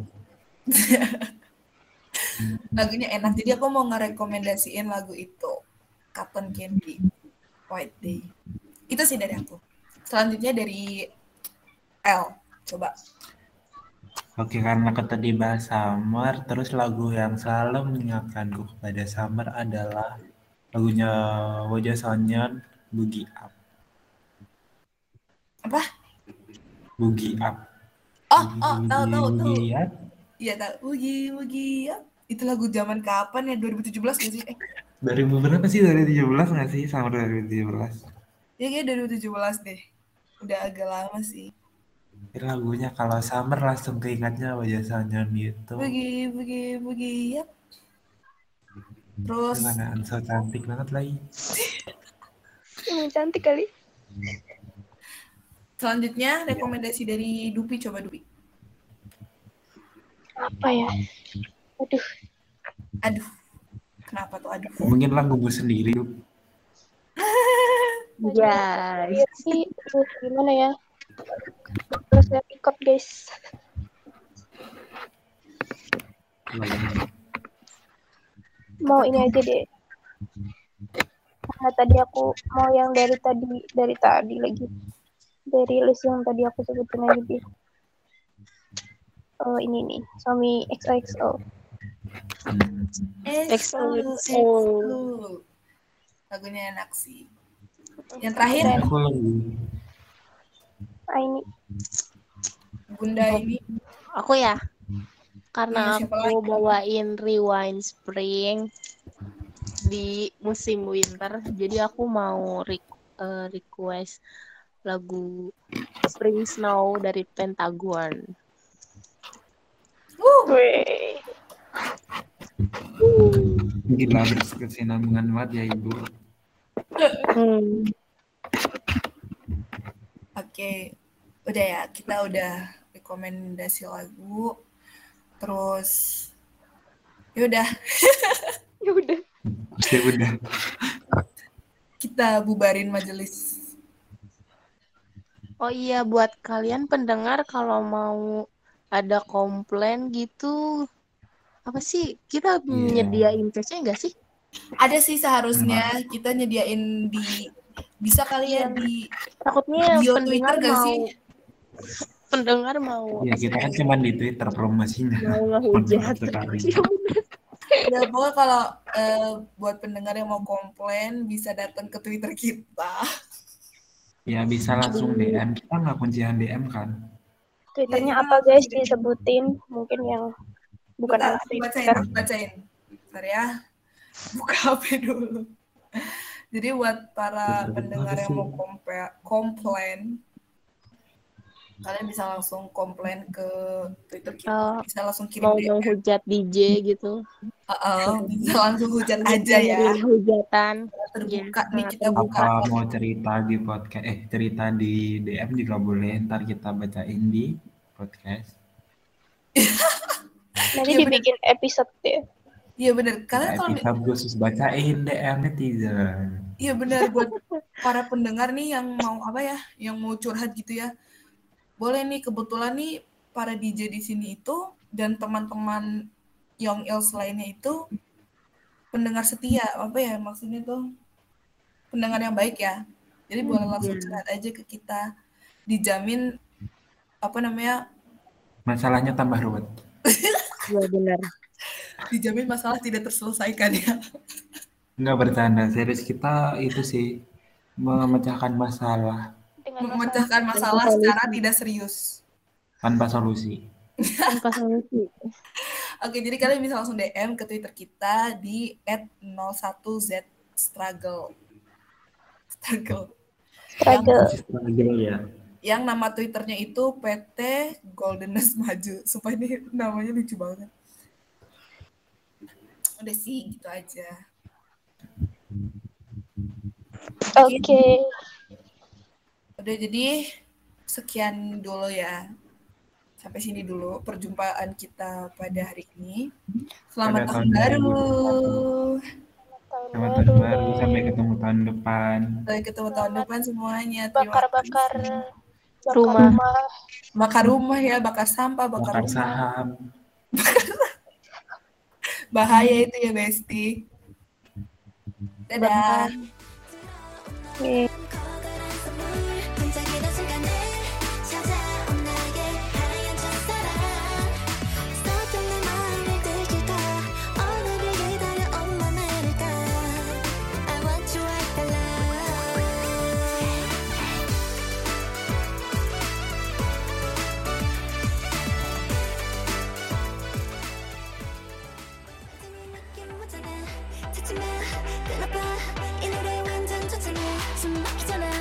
B: Lagunya enak. Jadi aku mau ngerekomendasiin lagu itu. Cotton Candy, White Day. Itu sih dari aku. Selanjutnya dari L. Coba.
C: Oke, karena kita dibahas summer, terus lagu yang selalu mengingatkanku kepada summer adalah lagunya Wajah Sonyeon, Boogie Up.
B: Apa?
C: Boogie Up.
B: Oh, oh, tahu tahu tahu.
C: Boogie Up.
B: Iya tahu. Ugi Ugi ya. Itu lagu zaman kapan ya? dua ribu tujuh belas nggak sih? Eh,
C: dua ribu berapa sih? dua ribu tujuh belas nggak sih? Summer dua ribu tujuh belas.
B: ya kayak dua ribu tujuh belas deh. Udah agak lama sih.
C: Ini lagunya kalau summer langsung keingatnya Wajah Sonyeon gitu.
B: Ugi Ugi Ugi ya. Terus
C: Gimana? So cantik banget lagi.
D: Emang cantik kali.
B: selanjutnya rekomendasi dari Dupi, coba Dupi.
D: Apa ya? Aduh.
B: Aduh. Kenapa tuh aduh?
C: Mungkin lagumu sendiri.
F: Ya.
D: Iya sih. Aduh, gimana ya? Terus saya record guys. Mau ini aja deh. Karena tadi aku mau yang dari tadi dari tadi lagi. Dari list yang tadi aku sebutin lagi deh. Oh ini nih, Suami X O X O.
B: X O X O. Lagunya enak sih. Yang terakhir
C: Aku lagi.
D: Ah ini.
B: Bunda ini.
F: Aku ya, karena
B: Iya, siapa
F: aku
B: lagi?
F: bawain Rewind Spring di musim winter, jadi aku mau re- eh, request lagu Spring Snow dari Pentagon.
D: Weh.
C: Gila berkesinambungan banget ya Ibu.
F: Hmm.
B: Oke, udah ya, kita udah rekomendasi lagu. Terus ya udah,
D: Ya udah.
C: Ya udah.
B: kita bubarin majelis.
F: Oh iya, buat kalian pendengar kalau mau ada komplain gitu, apa sih, kita
C: Iya.
F: nyediain case-nya nggak sih?
B: Ada sih seharusnya kita nyediain di bisa kali ya di
F: Takutnya
B: bio
F: pendengar
B: Twitter gak
F: mau
B: sih?
F: pendengar mau
C: Ya kita kan cuma di Twitter promosinya.
F: mau ngehujat.
C: Sekali.
F: Ya bener.
B: Ya, pokoknya kalau eh, buat pendengar yang mau komplain bisa datang ke Twitter kita.
C: Ya bisa langsung D M. Kita nggak kuncian D M kan?
D: Twitternya
B: Ya,
D: apa guys, disebutin. Mungkin yang bukan
B: Bentar,
D: anak
B: aku bacain,
D: Twitter.
B: aku bacain. Bentar ya. Buka H P dulu. Jadi buat para
C: Twitter
B: pendengar
C: apa
B: yang
C: sih?
B: mau kompa- komplain, kalian bisa langsung komplain ke Twitter kita.
F: Oh,
B: Bisa langsung kirim
F: mau
B: D M.
F: menghujat D J gitu.
B: Uh-uh, bisa langsung hujat aja ya.
F: Dengerin hujatan.
B: Terbuka
F: Ya,
B: nih
F: sangat
B: kita buka.
C: Apa mau cerita di podcast? Eh cerita di D M juga boleh. Ntar kita bacain di podcast.
D: Nanti
B: Iya, bener.
D: dibikin episode ya.
B: Iya bener. Kalian
C: Kita
B: kalau
C: episode khusus bacain D M netizen.
B: iya benar buat para pendengar nih yang mau apa ya, yang mau curhat gitu ya. Boleh nih, kebetulan nih para D J di sini itu dan teman-teman Young Ills lainnya itu pendengar setia, apa ya maksudnya tuh pendengar yang baik ya. Jadi boleh langsung
F: Iya.
B: curhat aja ke kita. Dijamin apa namanya?
C: Masalahnya tambah ruwet.
F: Iya benar.
B: Dijamin masalah tidak terselesaikan ya.
C: Nggak bercanda. Serius kita itu sih memecahkan masalah
D: Dengan masalah
B: Memecahkan masalah
F: Tanpa
B: secara
F: solusi.
B: tidak serius.
C: tanpa solusi.
F: Tanpa solusi.
B: Oke, jadi kalian bisa langsung D M ke Twitter kita di et nol satu z struggle. Struggle.
D: struggle.
C: Masih struggle ya.
B: Yang nama Twitternya itu P T Goldeness Maju. Sumpah ini namanya lucu banget. Udah sih, gitu aja.
D: Oke.
B: Udah, jadi sekian dulu ya. Sampai sini dulu perjumpaan kita pada hari ini. Selamat
C: Pada
B: tahun
C: tahun
B: baru.
D: Tahun
C: Selamat tahun
D: baru
C: baru.
D: deh.
C: Sampai ketemu tahun depan.
B: Sampai ketemu tahun depan semuanya. Terima
D: Bakar-bakar
B: kasih.
D: bakar
F: Rumah.
D: rumah.
B: Bakar rumah ya, bakar sampah, bakar,
C: Bakar
B: rumah.
C: saham.
B: Bahaya itu ya, Besti. Dadah.
D: Nih.
G: 반짝이던 순간에 찾아온 나에게 하얀 첫사랑 쏟던 내 마음을 들킬까 오늘을 기다려온 맘일까 I want you right the love 느낌 못하네 찾지마 끊어봐 이 노래 완전 좋잖아 숨 막히잖아